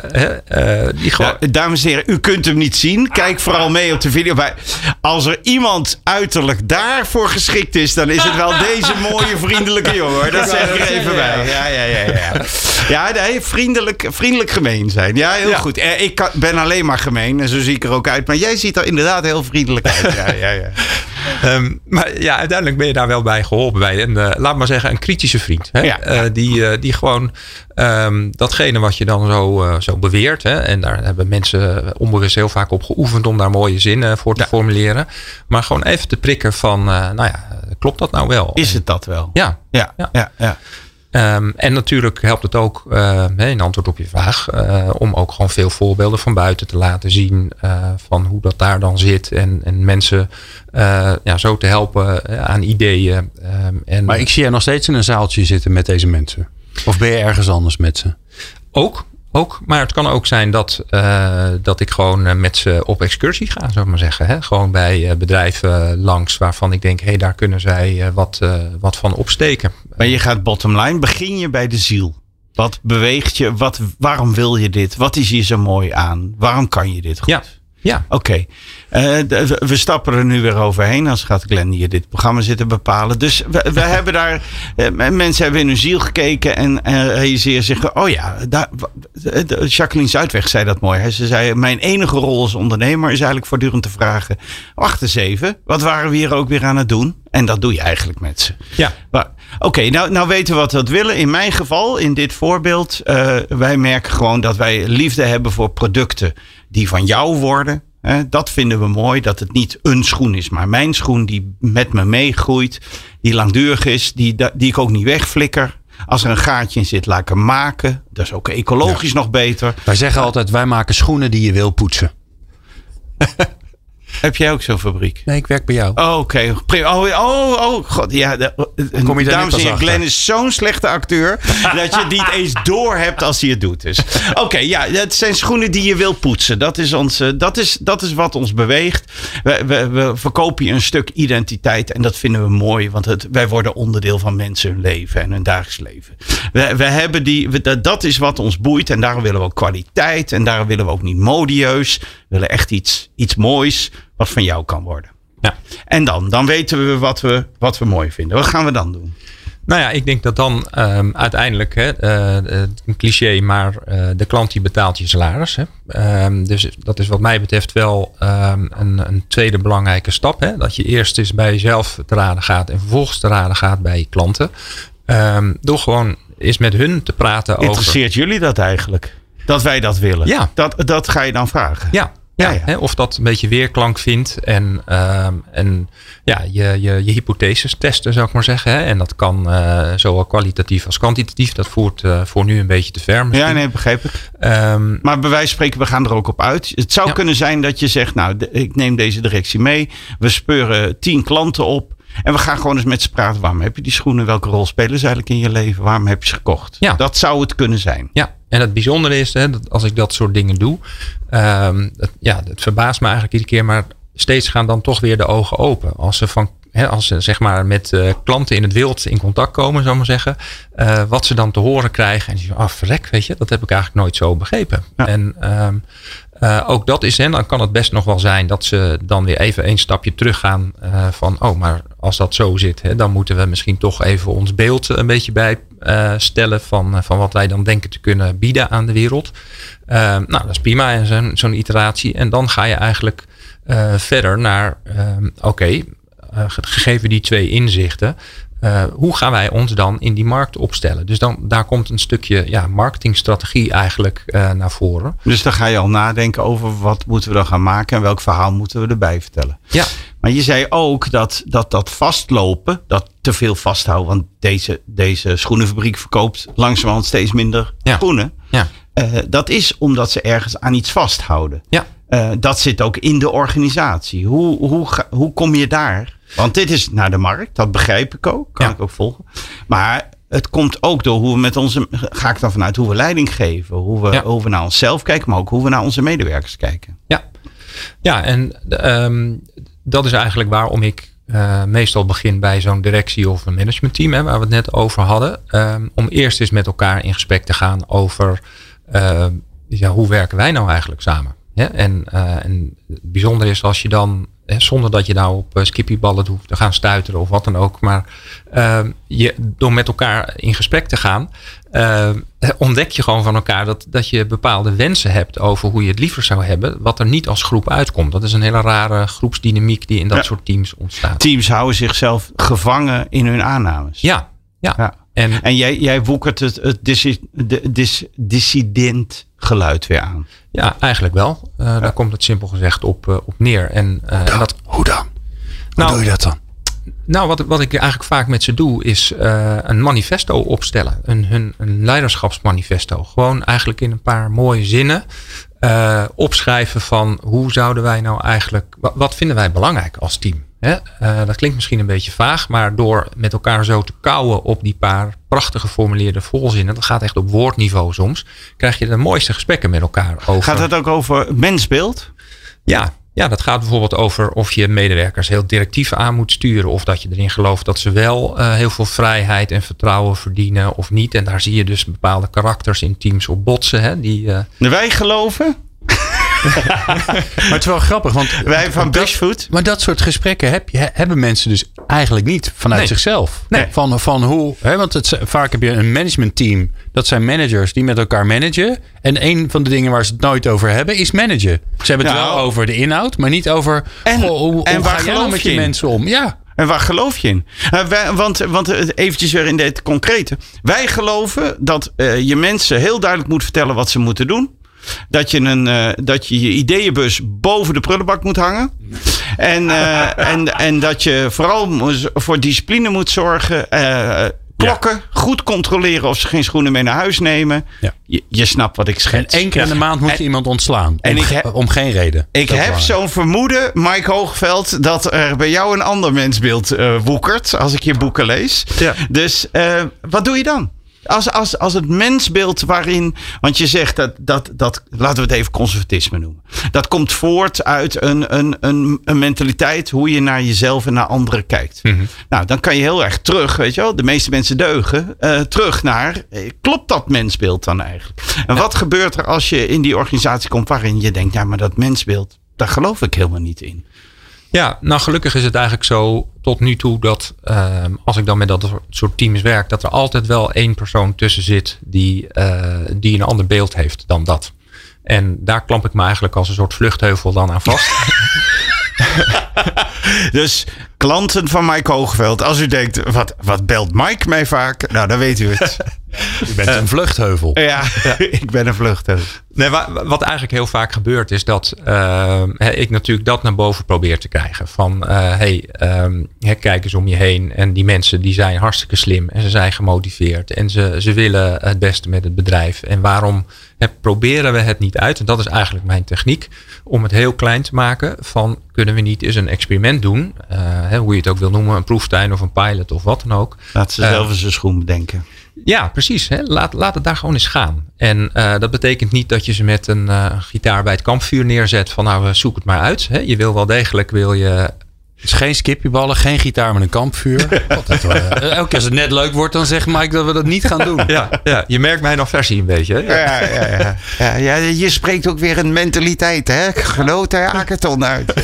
Speaker 4: uh, die gewoon...
Speaker 3: ja, dames en heren, u kunt hem niet zien. Kijk vooral mee op de video. Maar als er iemand uiterlijk daarvoor geschikt is, dan is het wel deze mooie vriendelijke jongen. Hoor. Dat zeg ik er even bij. Ja, ja, ja, ja. Ja, nee, vriendelijk, vriendelijk gemeen zijn. Ja, heel ja. goed. Uh, ik kan, ben alleen maar gemeen en zo zie ik er ook uit. Maar jij ziet er inderdaad heel vriendelijk uit. Ja, ja, ja.
Speaker 4: Um, maar ja, uiteindelijk ben je daar wel bij geholpen bij. En uh, laat maar zeggen, een kritische vriend. Hè? Ja. Uh, die, uh, die gewoon um, datgene wat je dan zo, uh, zo beweert. Hè? En daar hebben mensen onbewust heel vaak op geoefend om daar mooie zinnen voor te ja. formuleren. Maar gewoon even te prikken van, uh, nou ja, klopt dat nou wel?
Speaker 3: Is het dat wel?
Speaker 4: Ja.
Speaker 3: Ja, ja, ja. ja.
Speaker 4: Um, en natuurlijk helpt het ook, uh, in antwoord op je vraag, uh, om ook gewoon veel voorbeelden van buiten te laten zien uh, van hoe dat daar dan zit. En, en mensen uh, ja, zo te helpen uh, aan ideeën. Um, en,
Speaker 2: maar ik zie jij nog steeds in een zaaltje zitten met deze mensen. Of ben je ergens anders met ze?
Speaker 4: Ook. Ook, maar het kan ook zijn dat, uh, dat ik gewoon met ze op excursie ga, zou ik maar zeggen. Hè? Gewoon bij uh, bedrijven langs waarvan ik denk, hé, hey, daar kunnen zij uh, wat, uh, wat van opsteken.
Speaker 3: Maar je gaat bottom line, begin je bij de ziel. Wat beweegt je? Wat, waarom wil je dit? Wat is hier zo mooi aan? Waarom kan je dit goed?
Speaker 4: Ja. Ja.
Speaker 3: Oké, okay. uh, we stappen er nu weer overheen. Als gaat Glenn hier dit programma zitten bepalen. Dus we, we hebben daar, uh, mensen hebben in hun ziel gekeken en uh, realiseren zich, oh ja, daar, uh, Jacqueline Zuidweg zei dat mooi. Hè? Ze zei, mijn enige rol als ondernemer is eigenlijk voortdurend te vragen, wacht eens even, wat waren we hier ook weer aan het doen? En dat doe je eigenlijk met ze.
Speaker 4: Ja.
Speaker 3: Oké, okay, nou, nou weten we wat we willen. In mijn geval, in dit voorbeeld, uh, wij merken gewoon dat wij liefde hebben voor producten die van jou worden. Hè, dat vinden we mooi, dat het niet een schoen is, maar mijn schoen die met me meegroeit, die langdurig is, die, die ik ook niet wegflikker. Als er een gaatje in zit, laat ik hem maken. Dat is ook ecologisch ja. nog beter.
Speaker 2: Wij zeggen altijd, wij maken schoenen die je wil poetsen.
Speaker 3: Heb jij ook zo'n fabriek?
Speaker 2: Nee, ik werk bij jou.
Speaker 3: Oh, oké. Okay. Oh, oh, oh, god. Ja, de,
Speaker 2: Kom je daar
Speaker 3: dames en heren,
Speaker 2: achter?
Speaker 3: Glenn is zo'n slechte acteur dat je het niet eens door hebt als hij het doet. Dus. Oké, okay, ja, het zijn schoenen die je wil poetsen. Dat is, ons, dat is, dat is wat ons beweegt. We, we, we verkopen je een stuk identiteit en dat vinden we mooi, want het, wij worden onderdeel van mensen hun leven en hun dagelijks leven. We, we hebben die, we, dat is wat ons boeit en daarom willen we ook kwaliteit en daarom willen we ook niet modieus. We willen echt iets, iets moois wat van jou kan worden.
Speaker 4: Ja.
Speaker 3: En dan, dan weten we wat, we wat we mooi vinden. Wat gaan we dan doen?
Speaker 4: Nou ja, ik denk dat dan um, uiteindelijk, hè, uh, een cliché, maar uh, de klant die betaalt je salaris. Hè. Um, dus dat is wat mij betreft wel um, een, een tweede belangrijke stap. Hè. Dat je eerst eens bij jezelf te raden gaat en vervolgens te raden gaat bij je klanten. Um, door gewoon eens met hun te praten over...
Speaker 3: Interesseert jullie dat eigenlijk? Dat wij dat willen?
Speaker 4: Ja.
Speaker 3: Dat, dat ga je dan vragen?
Speaker 4: Ja. Ja, ja, ja. Hè, of dat een beetje weerklank vindt. En, um, en ja, je, je, je hypotheses testen, zou ik maar zeggen. Hè. En dat kan uh, zowel kwalitatief als kwantitatief. Dat voert uh, voor nu een beetje te ver misschien.
Speaker 3: Ja, nee, begreep ik.
Speaker 4: Um,
Speaker 3: maar bij wijze van spreken, we gaan er ook op uit. Het zou ja. kunnen zijn dat je zegt, nou, de, ik neem deze directie mee. We speuren tien klanten op. En we gaan gewoon eens met ze praten. Waarom heb je die schoenen? Welke rol spelen ze eigenlijk in je leven? Waarom heb je ze gekocht?
Speaker 4: Ja.
Speaker 3: Dat zou het kunnen zijn.
Speaker 4: Ja, en het bijzondere is, hè, dat als ik dat soort dingen doe. Um, het, ja, het verbaast me eigenlijk iedere keer. Maar steeds gaan dan toch weer de ogen open. Als ze, van, hè, als ze zeg maar met uh, klanten in het wild in contact komen, zou ik maar zeggen. Uh, wat ze dan te horen krijgen. En ze zeggen, ah, verrek, weet je. Dat heb ik eigenlijk nooit zo begrepen. Ja. En... Um, Uh, ook dat is, en dan kan het best nog wel zijn dat ze dan weer even een stapje terug gaan uh, van, oh, maar als dat zo zit, hè, dan moeten we misschien toch even ons beeld een beetje bijstellen uh, van, uh, van wat wij dan denken te kunnen bieden aan de wereld. Uh, nou, dat is prima, en zo'n, zo'n iteratie. En dan ga je eigenlijk uh, verder naar, uh, oké, okay, uh, gegeven die twee inzichten, Uh, hoe gaan wij ons dan in die markt opstellen? Dus dan, daar komt een stukje ja, marketingstrategie eigenlijk uh, naar voren.
Speaker 3: Dus dan ga je al nadenken over wat moeten we dan gaan maken en welk verhaal moeten we erbij vertellen.
Speaker 4: Ja.
Speaker 3: Maar je zei ook dat dat, dat vastlopen, dat te veel vasthouden, want deze, deze schoenenfabriek verkoopt langzamerhand steeds minder ja. schoenen.
Speaker 4: Ja.
Speaker 3: Uh, dat is omdat ze ergens aan iets vasthouden.
Speaker 4: Ja.
Speaker 3: Uh, dat zit ook in de organisatie. Hoe, hoe, hoe kom je daar? Want dit is naar de markt, dat begrijp ik ook. Kan ja. ik ook volgen. Maar het komt ook door hoe we met onze... Ga ik dan vanuit hoe we leiding geven. Hoe we, ja. hoe we naar onszelf kijken, maar ook hoe we naar onze medewerkers kijken.
Speaker 4: Ja, ja en um, dat is eigenlijk waarom ik uh, meestal begin bij zo'n directie of een managementteam. Hè, waar we het net over hadden. Um, om eerst eens met elkaar in gesprek te gaan over... Uh, ja, hoe werken wij nou eigenlijk samen? Ja, en, uh, en het bijzondere is als je dan, hè, zonder dat je nou op uh, skippyballen hoeft te gaan stuiteren of wat dan ook, maar uh, je, door met elkaar in gesprek te gaan, uh, ontdek je gewoon van elkaar dat, dat je bepaalde wensen hebt over hoe je het liever zou hebben, wat er niet als groep uitkomt. Dat is een hele rare groepsdynamiek die in dat ja. soort teams ontstaat.
Speaker 3: Teams houden zichzelf gevangen in hun aannames.
Speaker 4: Ja, ja.
Speaker 3: ja. En, en jij, jij woekert het, het dis, dis, dissident geluid weer aan.
Speaker 4: Ja, eigenlijk wel. Uh, ja. Daar komt het simpel gezegd op, uh, op neer. En, uh,
Speaker 2: hoe, dan?
Speaker 4: en dat,
Speaker 2: hoe dan? Hoe
Speaker 4: nou,
Speaker 2: doe je dat dan?
Speaker 4: Nou, wat, wat ik eigenlijk vaak met ze doe, is uh, een manifesto opstellen. Een, hun, een leiderschapsmanifesto. Gewoon eigenlijk in een paar mooie zinnen uh, opschrijven van hoe zouden wij nou eigenlijk... Wat, wat vinden wij belangrijk als team? Hè? Uh, dat klinkt misschien een beetje vaag, maar door met elkaar zo te kauwen op die paar prachtig geformuleerde volzinnen, dat gaat echt op woordniveau soms, krijg je de mooiste gesprekken met elkaar over.
Speaker 3: Gaat het ook over mensbeeld?
Speaker 4: Ja, ja, dat gaat bijvoorbeeld over of je medewerkers heel directief aan moet sturen, of dat je erin gelooft dat ze wel uh, heel veel vrijheid en vertrouwen verdienen of niet. En daar zie je dus bepaalde karakters in teams op botsen. Hè, die, uh...
Speaker 3: Wij geloven?
Speaker 2: Maar het is wel grappig, want
Speaker 3: wij van Bushfoot.
Speaker 2: Maar dat soort gesprekken heb je, hebben mensen dus eigenlijk niet vanuit
Speaker 4: nee.
Speaker 2: zichzelf.
Speaker 4: Nee.
Speaker 2: Van, van hoe, hè, want het, vaak heb je een managementteam. Dat zijn managers die met elkaar managen. En een van de dingen waar ze het nooit over hebben is managen. Ze hebben het
Speaker 3: nou,
Speaker 2: wel over de inhoud, maar niet over
Speaker 3: en,
Speaker 2: goh, hoe,
Speaker 3: en
Speaker 2: hoe
Speaker 3: waar
Speaker 2: ga jij nou met je
Speaker 3: in?
Speaker 2: mensen om. Ja.
Speaker 3: En waar geloof je in? Uh, wij, want, want eventjes weer in dit concrete. Wij geloven dat uh, je mensen heel duidelijk moet vertellen wat ze moeten doen. Dat je, een, uh, dat je je ideeënbus boven de prullenbak moet hangen. En, uh, en, en dat je vooral voor discipline moet zorgen. Uh, Klokken,
Speaker 2: Ja.
Speaker 3: goed controleren of ze geen schoenen mee naar huis nemen.
Speaker 2: Ja.
Speaker 3: Je, je snapt wat ik
Speaker 2: En
Speaker 3: schets.
Speaker 2: één keer in de maand moet je
Speaker 3: En-
Speaker 2: iemand ontslaan.
Speaker 3: en
Speaker 2: om,
Speaker 3: ik
Speaker 2: ge-
Speaker 3: heb-
Speaker 2: om geen reden.
Speaker 3: Ik
Speaker 2: Dat is
Speaker 3: heb
Speaker 2: waar.
Speaker 3: zo'n vermoeden, Mike Hoogveld, dat er bij jou een ander mensbeeld uh, woekert als ik je boeken lees.
Speaker 4: Ja.
Speaker 3: Dus uh, wat doe je dan? Als, als, als het mensbeeld waarin, want je zegt dat, dat, dat, laten we het even conservatisme noemen. Dat komt voort uit een, een, een, een mentaliteit hoe je naar jezelf en naar anderen kijkt.
Speaker 4: Mm-hmm.
Speaker 3: Nou, dan kan je heel erg terug, weet je wel. De meeste mensen deugen. Uh, terug naar, eh, klopt dat mensbeeld dan eigenlijk? En ja. wat gebeurt er als je in die organisatie komt waarin je denkt, ja, maar dat mensbeeld, daar geloof ik helemaal niet in.
Speaker 4: Ja, nou gelukkig is het eigenlijk zo tot nu toe dat uh, als ik dan met dat soort teams werk, dat er altijd wel één persoon tussen zit die, uh, die een ander beeld heeft dan dat. En daar klamp ik me eigenlijk als een soort vluchtheuvel dan aan vast.
Speaker 3: Dus klanten van Mike Hoogveld, als u denkt, wat, wat belt Mike mij vaak? Nou, dan weet u het.
Speaker 2: U bent een vluchtheuvel.
Speaker 3: Ja, ja. Ik ben een vluchtheuvel.
Speaker 4: Nee, wat eigenlijk heel vaak gebeurt is dat uh, ik natuurlijk dat naar boven probeer te krijgen. Van, uh, hey, um, kijk eens om je heen. En die mensen die zijn hartstikke slim. En ze zijn gemotiveerd. En ze, ze willen het beste met het bedrijf. En waarom he, proberen we het niet uit? En dat is eigenlijk mijn techniek. Om het heel klein te maken. Van, kunnen we niet eens een experiment doen? Uh, he, hoe je het ook wil noemen. Een proeftuin of een pilot of wat dan ook.
Speaker 3: Laat ze zelf eens een schoen bedenken.
Speaker 4: Ja, precies. Hè. Laat, laat het daar gewoon eens gaan. En uh, dat betekent niet dat je ze met een uh, gitaar bij het kampvuur neerzet. Van nou, zoek het maar uit. Hè. Je wil wel degelijk, wil je...
Speaker 2: Het is geen skipjeballen, geen gitaar met een kampvuur. Altijd, uh, elke keer als het net leuk wordt, dan zegt Mike dat we dat niet gaan doen.
Speaker 4: Ja, ja, je merkt mijn aversie een beetje. Hè?
Speaker 3: Ja, ja, ja. Ja, ja, je spreekt ook weer een mentaliteit, hè? Genoot er hackathon uit.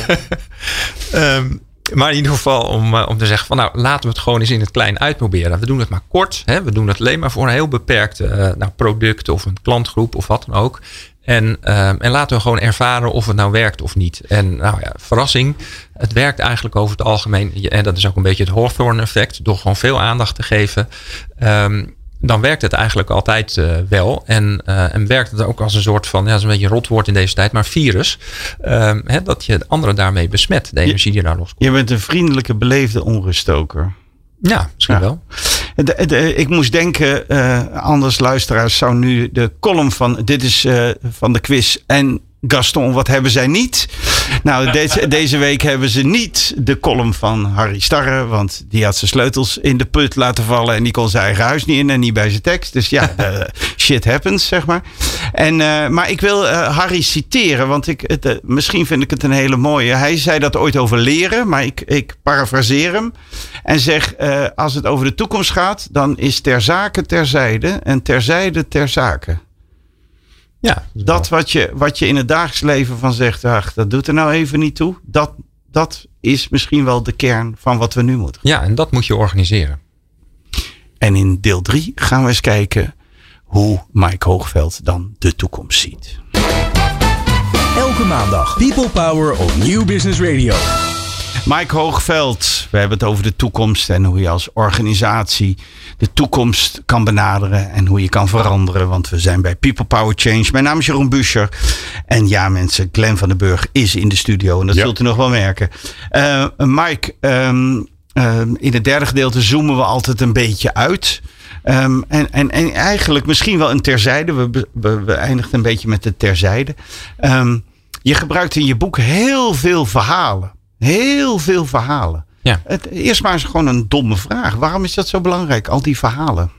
Speaker 4: um, Maar in ieder geval om, uh, om te zeggen van nou laten we het gewoon eens in het klein uitproberen. We doen het maar kort. Hè? We doen het alleen maar voor een heel beperkt uh, nou, product of een klantgroep of wat dan ook. En, uh, en laten we gewoon ervaren of het nou werkt of niet. En nou ja, verrassing. Het werkt eigenlijk over het algemeen. En dat is ook een beetje het Hawthorne effect. Door gewoon veel aandacht te geven. Um, dan werkt het eigenlijk altijd uh, wel. En, uh, en werkt het ook als een soort van, ja, dat is een beetje een rotwoord in deze tijd, maar virus. Um, hè, dat je anderen daarmee besmet, de energie die daar loskomt.
Speaker 3: Je bent een vriendelijke, beleefde onruststoker.
Speaker 4: Ja, misschien ja. wel.
Speaker 3: De, de, ik moest denken, uh, anders luisteraars zou nu de column van, dit is uh, van de quiz en Gaston, wat hebben zij niet? Nou, deze, deze week hebben ze niet de column van Harry Starre. Want die had zijn sleutels in de put laten vallen. En die kon zijn eigen huis niet in en niet bij zijn tekst. Dus ja, uh, shit happens, zeg maar. En, uh, maar ik wil uh, Harry citeren. Want ik, het, uh, misschien vind ik het een hele mooie. Hij zei dat ooit over leren. Maar ik, ik parafraseer hem. En zeg, uh, als het over de toekomst gaat. Dan is ter zake terzijde. En terzijde ter zake.
Speaker 4: Ja,
Speaker 3: dat wat je, wat je in het dagelijks leven van zegt, ach, dat doet er nou even niet toe. Dat, dat is misschien wel de kern van wat we nu moeten.
Speaker 4: Ja, en dat moet je organiseren.
Speaker 3: En in deel drie gaan we eens kijken hoe Mike Hoogveld dan de toekomst ziet.
Speaker 1: Elke maandag People Power op Nieuw Business Radio.
Speaker 3: Mike Hoogveld, we hebben het over de toekomst en hoe je als organisatie de toekomst kan benaderen en hoe je kan veranderen. Want we zijn bij People Power Change. Mijn naam is Jeroen Buescher. En ja mensen, Glenn van den Burg is in de studio en dat ja. zult u nog wel merken. Uh, Mike, um, um, in het derde gedeelte zoomen we altijd een beetje uit. Um, en, en, en eigenlijk misschien wel een terzijde. We, we, we eindigen een beetje met de terzijde. Um, je gebruikt in je boek heel veel verhalen. Heel veel verhalen.
Speaker 4: Ja.
Speaker 3: Het, eerst maar eens gewoon een domme vraag. Waarom is dat zo belangrijk, al die verhalen?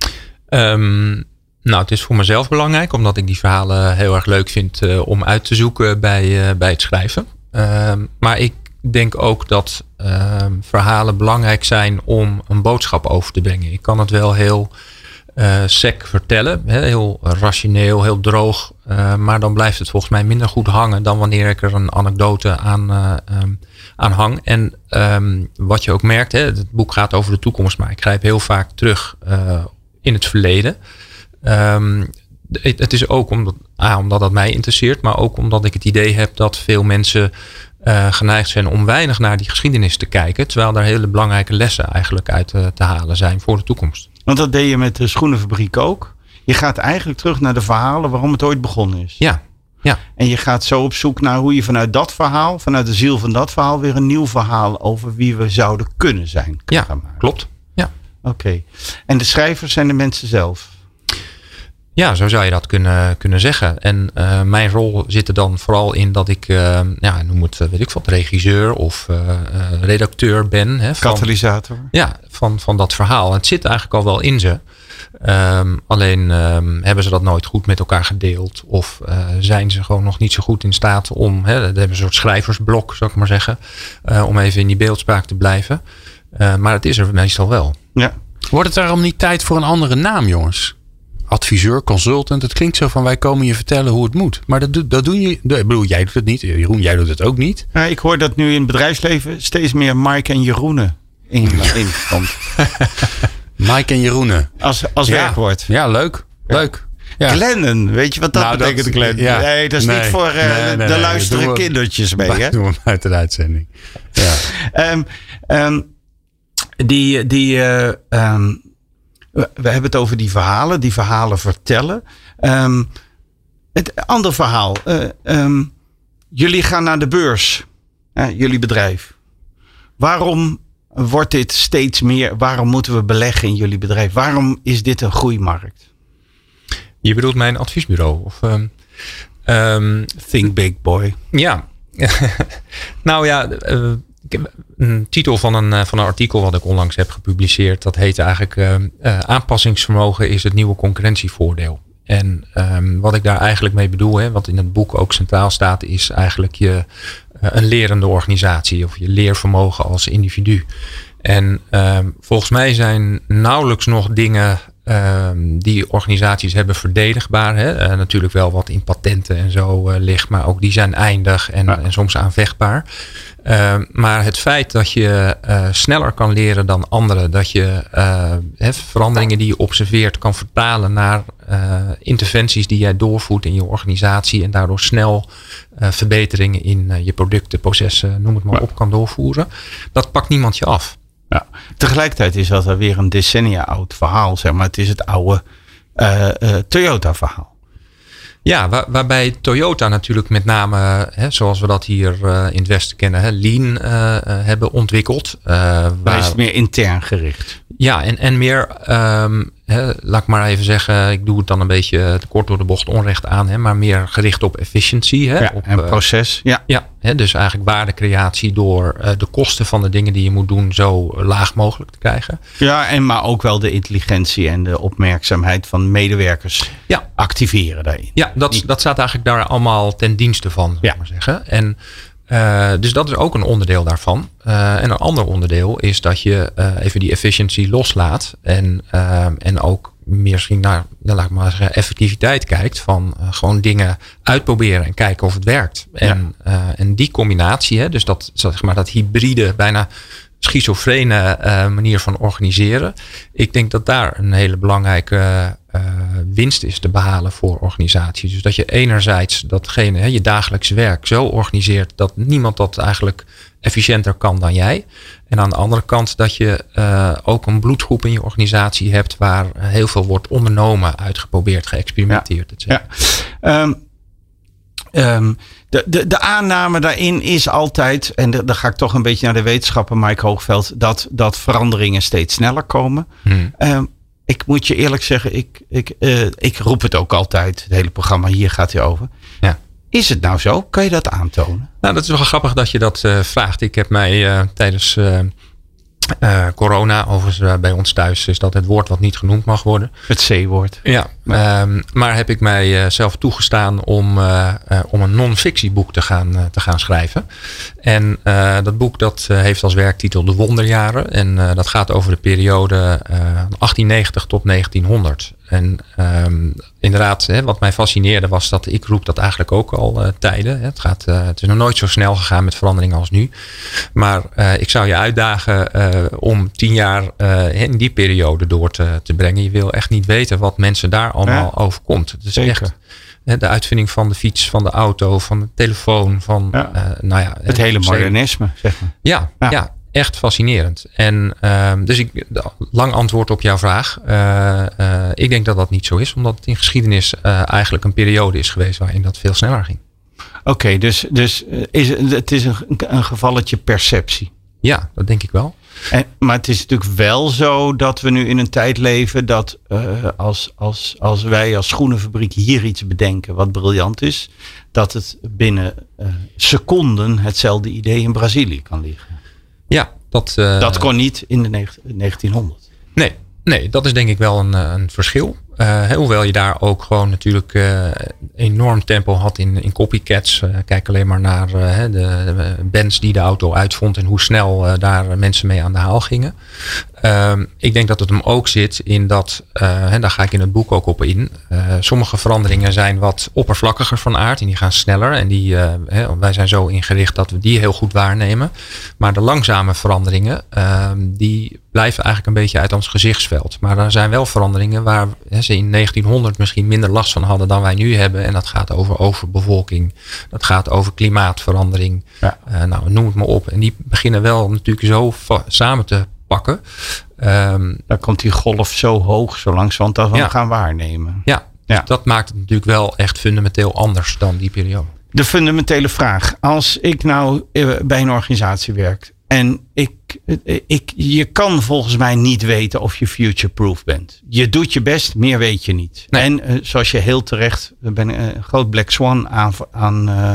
Speaker 4: Um, nou, het is voor mezelf belangrijk. Omdat ik die verhalen heel erg leuk vind uh, om uit te zoeken bij, uh, bij het schrijven. Um, maar ik denk ook dat um, verhalen belangrijk zijn om een boodschap over te brengen. Ik kan het wel heel uh, sec vertellen. Heel rationeel, heel droog. Uh, maar dan blijft het volgens mij minder goed hangen dan wanneer ik er een anekdote aan, uh, um, aan hang. En um, wat je ook merkt, hè, het boek gaat over de toekomst, maar ik grijp heel vaak terug uh, in het verleden. Um, het, het is ook omdat, ah, omdat dat mij interesseert, maar ook omdat ik het idee heb dat veel mensen uh, geneigd zijn om weinig naar die geschiedenis te kijken, terwijl daar hele belangrijke lessen eigenlijk uit uh, te halen zijn voor de toekomst.
Speaker 3: Want dat deed je met de schoenenfabriek ook. Je gaat eigenlijk terug naar de verhalen waarom het ooit begonnen is.
Speaker 4: Ja. Ja.
Speaker 3: En je gaat zo op zoek naar hoe je vanuit dat verhaal, vanuit de ziel van dat verhaal, weer een nieuw verhaal over wie we zouden kunnen zijn.
Speaker 4: Ja,
Speaker 3: gaan maken.
Speaker 4: Klopt. Ja.
Speaker 3: Oké. Okay. En de schrijvers zijn de mensen zelf?
Speaker 4: Ja, zo zou je dat kunnen, kunnen zeggen. En uh, mijn rol zit er dan vooral in dat ik, uh, ja, noem het, weet ik wat, regisseur of uh, uh, redacteur ben. Hè, van,
Speaker 3: Katalysator.
Speaker 4: Ja, van, van dat verhaal. En het zit eigenlijk al wel in ze. Um, alleen um, hebben ze dat nooit goed met elkaar gedeeld. Of uh, zijn ze gewoon nog niet zo goed in staat om, hè, dan hebben ze een soort schrijversblok, zou ik maar zeggen. Uh, om even in die beeldspraak te blijven. Uh, maar het is er meestal wel.
Speaker 3: Ja.
Speaker 2: Wordt het daarom niet tijd voor een andere naam, jongens? Adviseur, consultant. Het klinkt zo van wij komen je vertellen hoe het moet. Maar dat, do, dat doen je. Ik bedoel, jij doet het niet. Jeroen, jij doet het ook niet.
Speaker 3: Ja, ik hoor dat nu in het bedrijfsleven steeds meer Mike en Jeroenen in, in komt.
Speaker 2: Mike en Jeroenen.
Speaker 3: Als, als
Speaker 2: ja.
Speaker 3: werkwoord.
Speaker 2: Ja, leuk. Ja. Leuk.
Speaker 3: Ja. Glennon, weet je wat dat nou, betekent, Glenn? Ja. Nee, dat is nee. niet voor uh, nee, nee, de nee, luisteren nee, kindertjes mee.
Speaker 2: Dat doen we uit de uitzending. Ja.
Speaker 3: um, um, die, die, uh, um, we hebben het over die verhalen, die verhalen vertellen. Um, het ander verhaal. Uh, um, jullie gaan naar de beurs. Uh, jullie bedrijf. Waarom wordt dit steeds meer? Waarom moeten we beleggen in jullie bedrijf? Waarom is dit een groeimarkt?
Speaker 4: Je bedoelt mijn adviesbureau? Of, um, um,
Speaker 3: Think big, boy.
Speaker 4: Ja. nou ja, uh, ik heb een titel van een, van een artikel wat ik onlangs heb gepubliceerd. Dat heet eigenlijk uh, uh, aanpassingsvermogen is het nieuwe concurrentievoordeel. En um, wat ik daar eigenlijk mee bedoel, hè, wat in het boek ook centraal staat, is eigenlijk je uh, een lerende organisatie of je leervermogen als individu. En um, volgens mij zijn nauwelijks nog dingen um, die organisaties hebben verdedigbaar. Hè. Uh, natuurlijk wel wat in patenten en zo uh, ligt, maar ook die zijn eindig en, ja. en soms aanvechtbaar. Uh, maar het feit dat je uh, sneller kan leren dan anderen, dat je uh, he, veranderingen die je observeert kan vertalen naar uh, interventies die jij doorvoert in je organisatie en daardoor snel uh, verbeteringen in uh, je producten, processen, noem het maar op, kan doorvoeren, dat pakt niemand je af.
Speaker 3: Ja. Tegelijkertijd is dat weer een decennia oud verhaal, zeg maar. Het is het oude uh, uh, Toyota verhaal.
Speaker 4: Ja, waar, waarbij Toyota natuurlijk met name, hè, zoals we dat hier uh, in het Westen kennen, hè, Lean uh, uh, hebben ontwikkeld. Uh,
Speaker 3: waar waar is het meer intern gericht?
Speaker 4: Ja, en, en meer, um, hè, laat ik maar even zeggen, ik doe het dan een beetje te kort door de bocht onrecht aan, hè, maar meer gericht op efficiëntie. Hè,
Speaker 3: ja,
Speaker 4: op,
Speaker 3: en proces. Ja,
Speaker 4: ja hè, dus eigenlijk waardecreatie door uh, de kosten van de dingen die je moet doen zo laag mogelijk te krijgen.
Speaker 3: Ja, en maar ook wel de intelligentie en de opmerkzaamheid van medewerkers
Speaker 4: ja.
Speaker 3: activeren daarin.
Speaker 4: Ja, dat, dat staat eigenlijk daar allemaal ten dienste van, zou ik maar zeggen. En Uh, dus dat is ook een onderdeel daarvan. Uh, en een ander onderdeel is dat je uh, even die efficiëntie loslaat. En, uh, en ook misschien naar, laat ik maar zeggen, effectiviteit kijkt. Van uh, gewoon dingen uitproberen en kijken of het werkt. En, ja. uh, en die combinatie, hè, dus dat, zeg maar, dat hybride, bijna schizofrene uh, manier van organiseren. Ik denk dat daar een hele belangrijke uh, winst is te behalen voor organisaties. Dus dat je enerzijds datgene, hè, je dagelijks werk zo organiseert dat niemand dat eigenlijk efficiënter kan dan jij. En aan de andere kant dat je uh, ook een bloedgroep in je organisatie hebt waar heel veel wordt ondernomen, uitgeprobeerd, geëxperimenteerd.
Speaker 3: Ja. Ja. Um, um, de, de, de aanname daarin is altijd, en de, dan ga ik toch een beetje naar de wetenschappen, Mike Hoogveld, dat, dat veranderingen steeds sneller komen. Hmm. Um, ik moet je eerlijk zeggen, ik, ik, uh, ik roep het ook altijd. Het hele programma hier gaat hier over. Ja. Is het nou zo? Kan je dat aantonen?
Speaker 4: Nou, dat is wel grappig dat je dat uh, vraagt. Ik heb mij uh, tijdens uh, uh, corona, overigens uh, bij ons thuis is dat het woord wat niet genoemd mag worden.
Speaker 3: Het C-woord.
Speaker 4: Ja, ja. Um, maar heb ik mij uh, zelf toegestaan om, uh, uh, om een non-fictieboek te gaan, uh, te gaan schrijven. En uh, dat boek dat uh, heeft als werktitel De Wonderjaren. En uh, dat gaat over de periode uh, achttiennegentig tot negentienhonderd. En um, inderdaad, hè, wat mij fascineerde was dat ik roep dat eigenlijk ook al uh, tijden. Het, gaat, uh, het is nog nooit zo snel gegaan met veranderingen als nu. Maar uh, ik zou je uitdagen uh, om tien jaar uh, in die periode door te, te brengen. Je wil echt niet weten wat mensen daar allemaal ja. overkomt. Het is Zeker. echt hè, de uitvinding van de fiets, van de auto, van de telefoon. Van,
Speaker 3: ja.
Speaker 4: uh, nou ja,
Speaker 3: het hele modernisme, zeg maar.
Speaker 4: Ja, ja. ja. Echt fascinerend. En uh, dus ik, lang antwoord op jouw vraag. Uh, uh, ik denk dat dat niet zo is. Omdat het in geschiedenis uh, eigenlijk een periode is geweest waarin dat veel sneller ging.
Speaker 3: Oké, okay, dus, dus is, het is een, een gevalletje perceptie.
Speaker 4: Ja, dat denk ik wel.
Speaker 3: En, maar het is natuurlijk wel zo dat we nu in een tijd leven dat uh, als, als, als wij als schoenenfabriek hier iets bedenken wat briljant is, dat het binnen uh, seconden hetzelfde idee in Brazilië kan liggen.
Speaker 4: Ja, dat, uh,
Speaker 3: dat kon niet in de negentienhonderd.
Speaker 4: Nee, nee, dat is denk ik wel een, een verschil. Uh, hoewel je daar ook gewoon natuurlijk uh, enorm tempo had in, in copycats. Uh, kijk alleen maar naar uh, de, de Benz die de auto uitvond en hoe snel uh, daar mensen mee aan de haal gingen. Uh, ik denk dat het hem ook zit in dat, uh, en daar ga ik in het boek ook op in. Uh, sommige veranderingen zijn wat oppervlakkiger van aard en die gaan sneller. En die, uh, hè, wij zijn zo ingericht dat we die heel goed waarnemen. Maar de langzame veranderingen, uh, die blijven eigenlijk een beetje uit ons gezichtsveld. Maar er zijn wel veranderingen waar hè, ze in negentienhonderd misschien minder last van hadden dan wij nu hebben. En dat gaat over overbevolking. Dat gaat over klimaatverandering. Ja. Uh, nou, noem het maar op. En die beginnen wel natuurlijk zo va- samen te pakken. Um,
Speaker 3: Dan komt die golf zo hoog, zo langzamerhand dat we ja. hem gaan waarnemen.
Speaker 4: Ja, ja. Dus dat maakt het natuurlijk wel echt fundamenteel anders dan die periode.
Speaker 3: De fundamentele vraag. Als ik nou bij een organisatie werk en ik, ik, je kan volgens mij niet weten of je future-proof bent. Je doet je best, meer weet je niet. Nee. En uh, zoals je heel terecht, we ben een groot Black Swan aan, aan uh,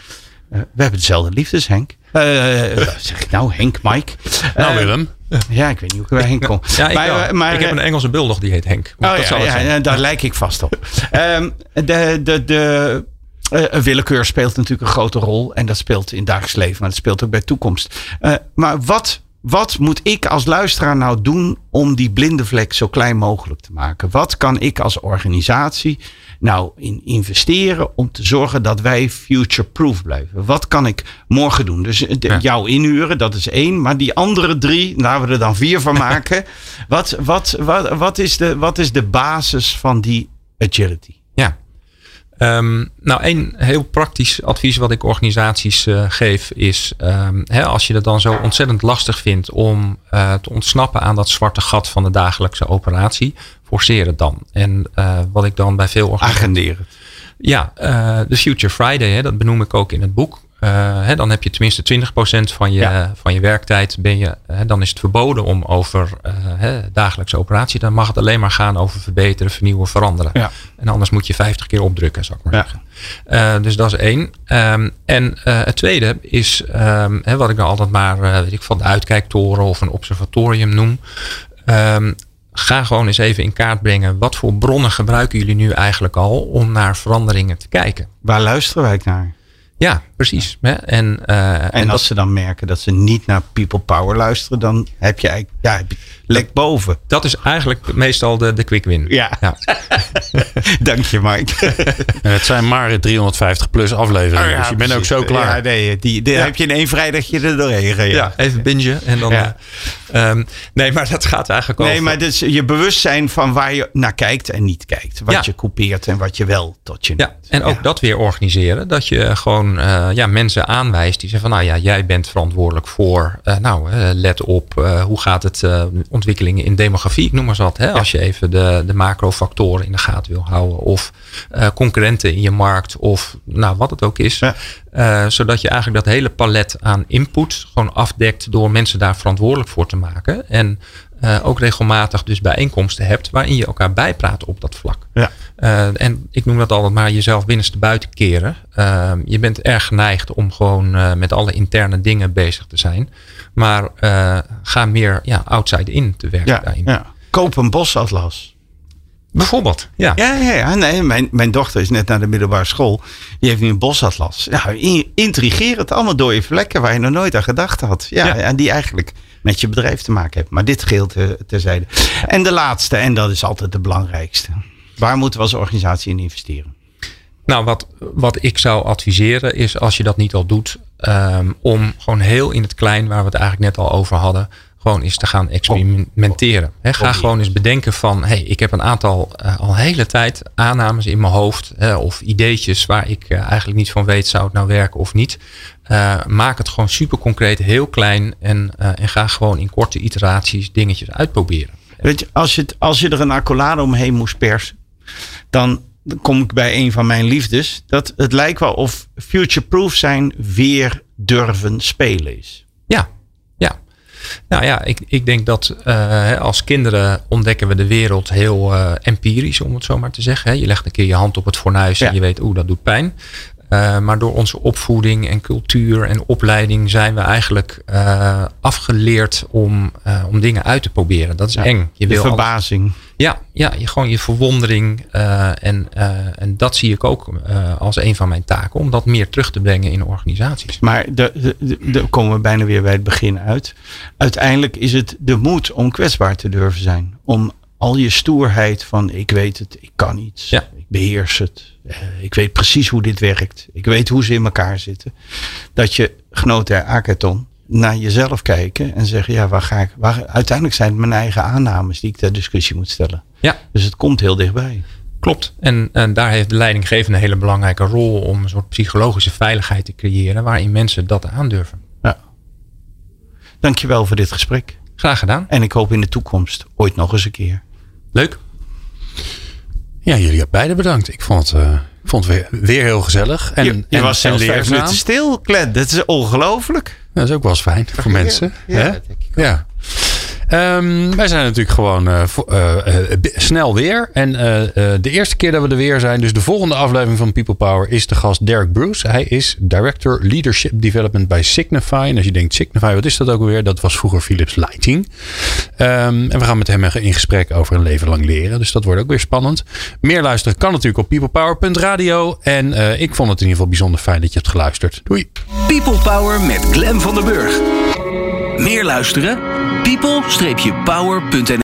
Speaker 3: uh, we hebben dezelfde liefdes, Henk. Uh, zeg ik nou, Henk, Mike.
Speaker 2: Nou,
Speaker 3: uh,
Speaker 2: Willem.
Speaker 3: Ja, ik weet niet hoe ik bij Henk kom.
Speaker 4: Ja, ik,
Speaker 3: maar, maar,
Speaker 4: ik heb een Engelse bulldog die heet Henk.
Speaker 3: Oh, dat ja, ja, ja, daar lijk ik vast op. um, de de, de uh, willekeur speelt natuurlijk een grote rol. En dat speelt in het dagelijks leven, maar dat speelt ook bij toekomst. Uh, maar wat, wat moet ik als luisteraar nou doen om die blinde vlek zo klein mogelijk te maken? Wat kan ik als organisatie nou in investeren om te zorgen dat wij future-proof blijven? Wat kan ik morgen doen? Dus de, ja. jou inhuren, dat is één. Maar die andere drie, laten we er dan vier van maken. wat, wat, wat, wat, is de, wat is de basis van die agility?
Speaker 4: Ja. Um, nou, één heel praktisch advies wat ik organisaties uh, geef is, um, hè, als je het dan zo ontzettend lastig vindt om uh, te ontsnappen aan dat zwarte gat van de dagelijkse operatie, forceer het dan. En uh, wat ik dan bij veel organisaties...
Speaker 3: Agenderen.
Speaker 4: Ja, uh, de Future Friday, hè, dat benoem ik ook in het boek. Uh, hè, dan heb je tenminste twintig procent van je, ja. van je werktijd. Ben je, hè, dan is het verboden om over uh, hè, dagelijkse operatie. Dan mag het alleen maar gaan over verbeteren, vernieuwen, veranderen. Ja. En anders moet je vijftig keer opdrukken, zou ik maar ja. zeggen. Uh, dus dat is één. Um, en uh, het tweede is, um, hè, wat ik dan altijd maar uh, weet ik, van de uitkijktoren of een observatorium noem. Um, Ga gewoon eens even in kaart brengen. Wat voor bronnen gebruiken jullie nu eigenlijk al om naar veranderingen te kijken?
Speaker 3: Waar luisteren wij naar?
Speaker 4: Ja, precies. Ja. En, uh,
Speaker 3: en, en als dat, ze dan merken dat ze niet naar People Power luisteren, dan heb je eigenlijk ja, heb je lek boven.
Speaker 4: Dat is eigenlijk meestal de, de quick win.
Speaker 3: Ja. ja. Dank je, Mike.
Speaker 2: Het zijn maar driehonderdvijftig plus afleveringen. Oh ja, dus je bent ook zo klaar.
Speaker 3: Ja, nee, die, die ja. heb je in één vrijdagje er doorheen gegaan. Ja.
Speaker 4: ja, even bingen en dan. Ja. Uh, um, nee, maar dat gaat eigenlijk
Speaker 3: nee,
Speaker 4: over.
Speaker 3: Nee, maar dus je bewustzijn van waar je naar kijkt en niet kijkt. Wat ja. je coupeert en wat je wel tot je neemt.
Speaker 4: Ja, en ook ja. dat weer organiseren. Dat je gewoon uh, ja, mensen aanwijst die zeggen van nou ja, jij bent verantwoordelijk voor uh, nou, uh, let op, uh, hoe gaat het uh, ontwikkelingen in demografie, ik noem maar wat. Hè? Ja. Als je even de, de macrofactoren in de gaten wil houden. Of uh, concurrenten in je markt. Of nou, wat het ook is. Ja. Uh, zodat je eigenlijk dat hele palet aan input gewoon afdekt door mensen daar verantwoordelijk voor te maken. En uh, ook regelmatig dus bijeenkomsten hebt waarin je elkaar bijpraat op dat vlak. Ja. Uh, en ik noem dat altijd maar jezelf binnenste buiten keren. Uh, je bent erg geneigd om gewoon uh, met alle interne dingen bezig te zijn. Maar uh, ga meer ja, outside in te werken
Speaker 3: ja,
Speaker 4: daarin.
Speaker 3: Ja. Koop een bosatlas.
Speaker 4: Bijvoorbeeld, ja.
Speaker 3: Ja, ja, ja. Nee, mijn, mijn dochter is net naar de middelbare school. Die heeft nu een bosatlas. Nou, intrigerend. Allemaal dode vlekken waar je nog nooit aan gedacht had. Ja, ja. En die eigenlijk met je bedrijf te maken hebben. Maar dit geheel te, terzijde. En de laatste, en dat is altijd de belangrijkste. Waar moeten we als organisatie in investeren?
Speaker 4: Nou, wat, wat ik zou adviseren is, als je dat niet al doet, um, om gewoon heel in het klein, waar we het eigenlijk net al over hadden, gewoon eens te gaan experimenteren. He, ga gewoon eens bedenken van, hey, ik heb een aantal uh, al hele tijd aannames in mijn hoofd uh, of ideetjes waar ik uh, eigenlijk niet van weet, zou het nou werken of niet. Uh, maak het gewoon super concreet, heel klein en, uh, en ga gewoon in korte iteraties dingetjes uitproberen.
Speaker 3: Weet je, als je, als je er een accolade omheen moest persen, dan kom ik bij een van mijn liefdes. Dat het lijkt wel of future-proof zijn weer durven spelen is.
Speaker 4: Ja, ja. Nou ja, ik, ik denk dat uh, als kinderen ontdekken we de wereld heel uh, empirisch, om het zo maar te zeggen. Hè. Je legt een keer je hand op het fornuis ja. en je weet, oeh, dat doet pijn. Uh, maar door onze opvoeding en cultuur en opleiding zijn we eigenlijk uh, afgeleerd om, uh, om dingen uit te proberen. Dat is ja, eng.
Speaker 3: Je de wil verbazing.
Speaker 4: Alles, ja, ja je, gewoon je verwondering. Uh, en, uh, en dat zie ik ook uh, als een van mijn taken. Om dat meer terug te brengen in organisaties.
Speaker 3: Maar daar komen we bijna weer bij het begin uit. Uiteindelijk is het de moed om kwetsbaar te durven zijn. Om al je stoerheid van ik weet het, ik kan iets. Ja. Ik beheers het. Uh, ik weet precies hoe dit werkt. Ik weet hoe ze in elkaar zitten. Dat je genoten Akaton naar jezelf kijken en zeggen, ja, waar ga ik? Waar, uiteindelijk zijn het mijn eigen aannames die ik ter discussie moet stellen. Ja. Dus het komt heel dichtbij.
Speaker 4: Klopt. En, en daar heeft de leidinggevende een hele belangrijke rol om een soort psychologische veiligheid te creëren waarin mensen dat aandurven.
Speaker 3: Ja. Dankjewel voor dit gesprek.
Speaker 4: Graag gedaan.
Speaker 3: En ik hoop in de toekomst ooit nog eens een keer.
Speaker 4: Leuk.
Speaker 2: Ja, jullie hebben beide bedankt. Ik vond het, uh, ik vond het weer, weer heel gezellig. En,
Speaker 3: je je
Speaker 2: en,
Speaker 3: was zelfs vijf minuten stil, Glenn. Dat is ongelooflijk.
Speaker 2: Dat is ook wel eens fijn voor ja, mensen.
Speaker 3: Ja,
Speaker 2: hè?
Speaker 3: dat denk ik ook.
Speaker 2: Ja. Um, wij zijn natuurlijk gewoon uh, uh, uh, snel weer. En uh, uh, de eerste keer dat we er weer zijn, dus de volgende aflevering van People Power, is de gast Derek Bruce. Hij is Director Leadership Development bij Signify. En als je denkt, Signify, wat is dat ook alweer? Dat was vroeger Philips Lighting. Um, en we gaan met hem in gesprek over een leven lang leren. Dus dat wordt ook weer spannend. Meer luisteren kan natuurlijk op peoplepower punt radio. En uh, ik vond het in ieder geval bijzonder fijn dat je hebt geluisterd. Doei.
Speaker 1: People Power met Glenn van der Burg. Meer luisteren? people dash power punt n l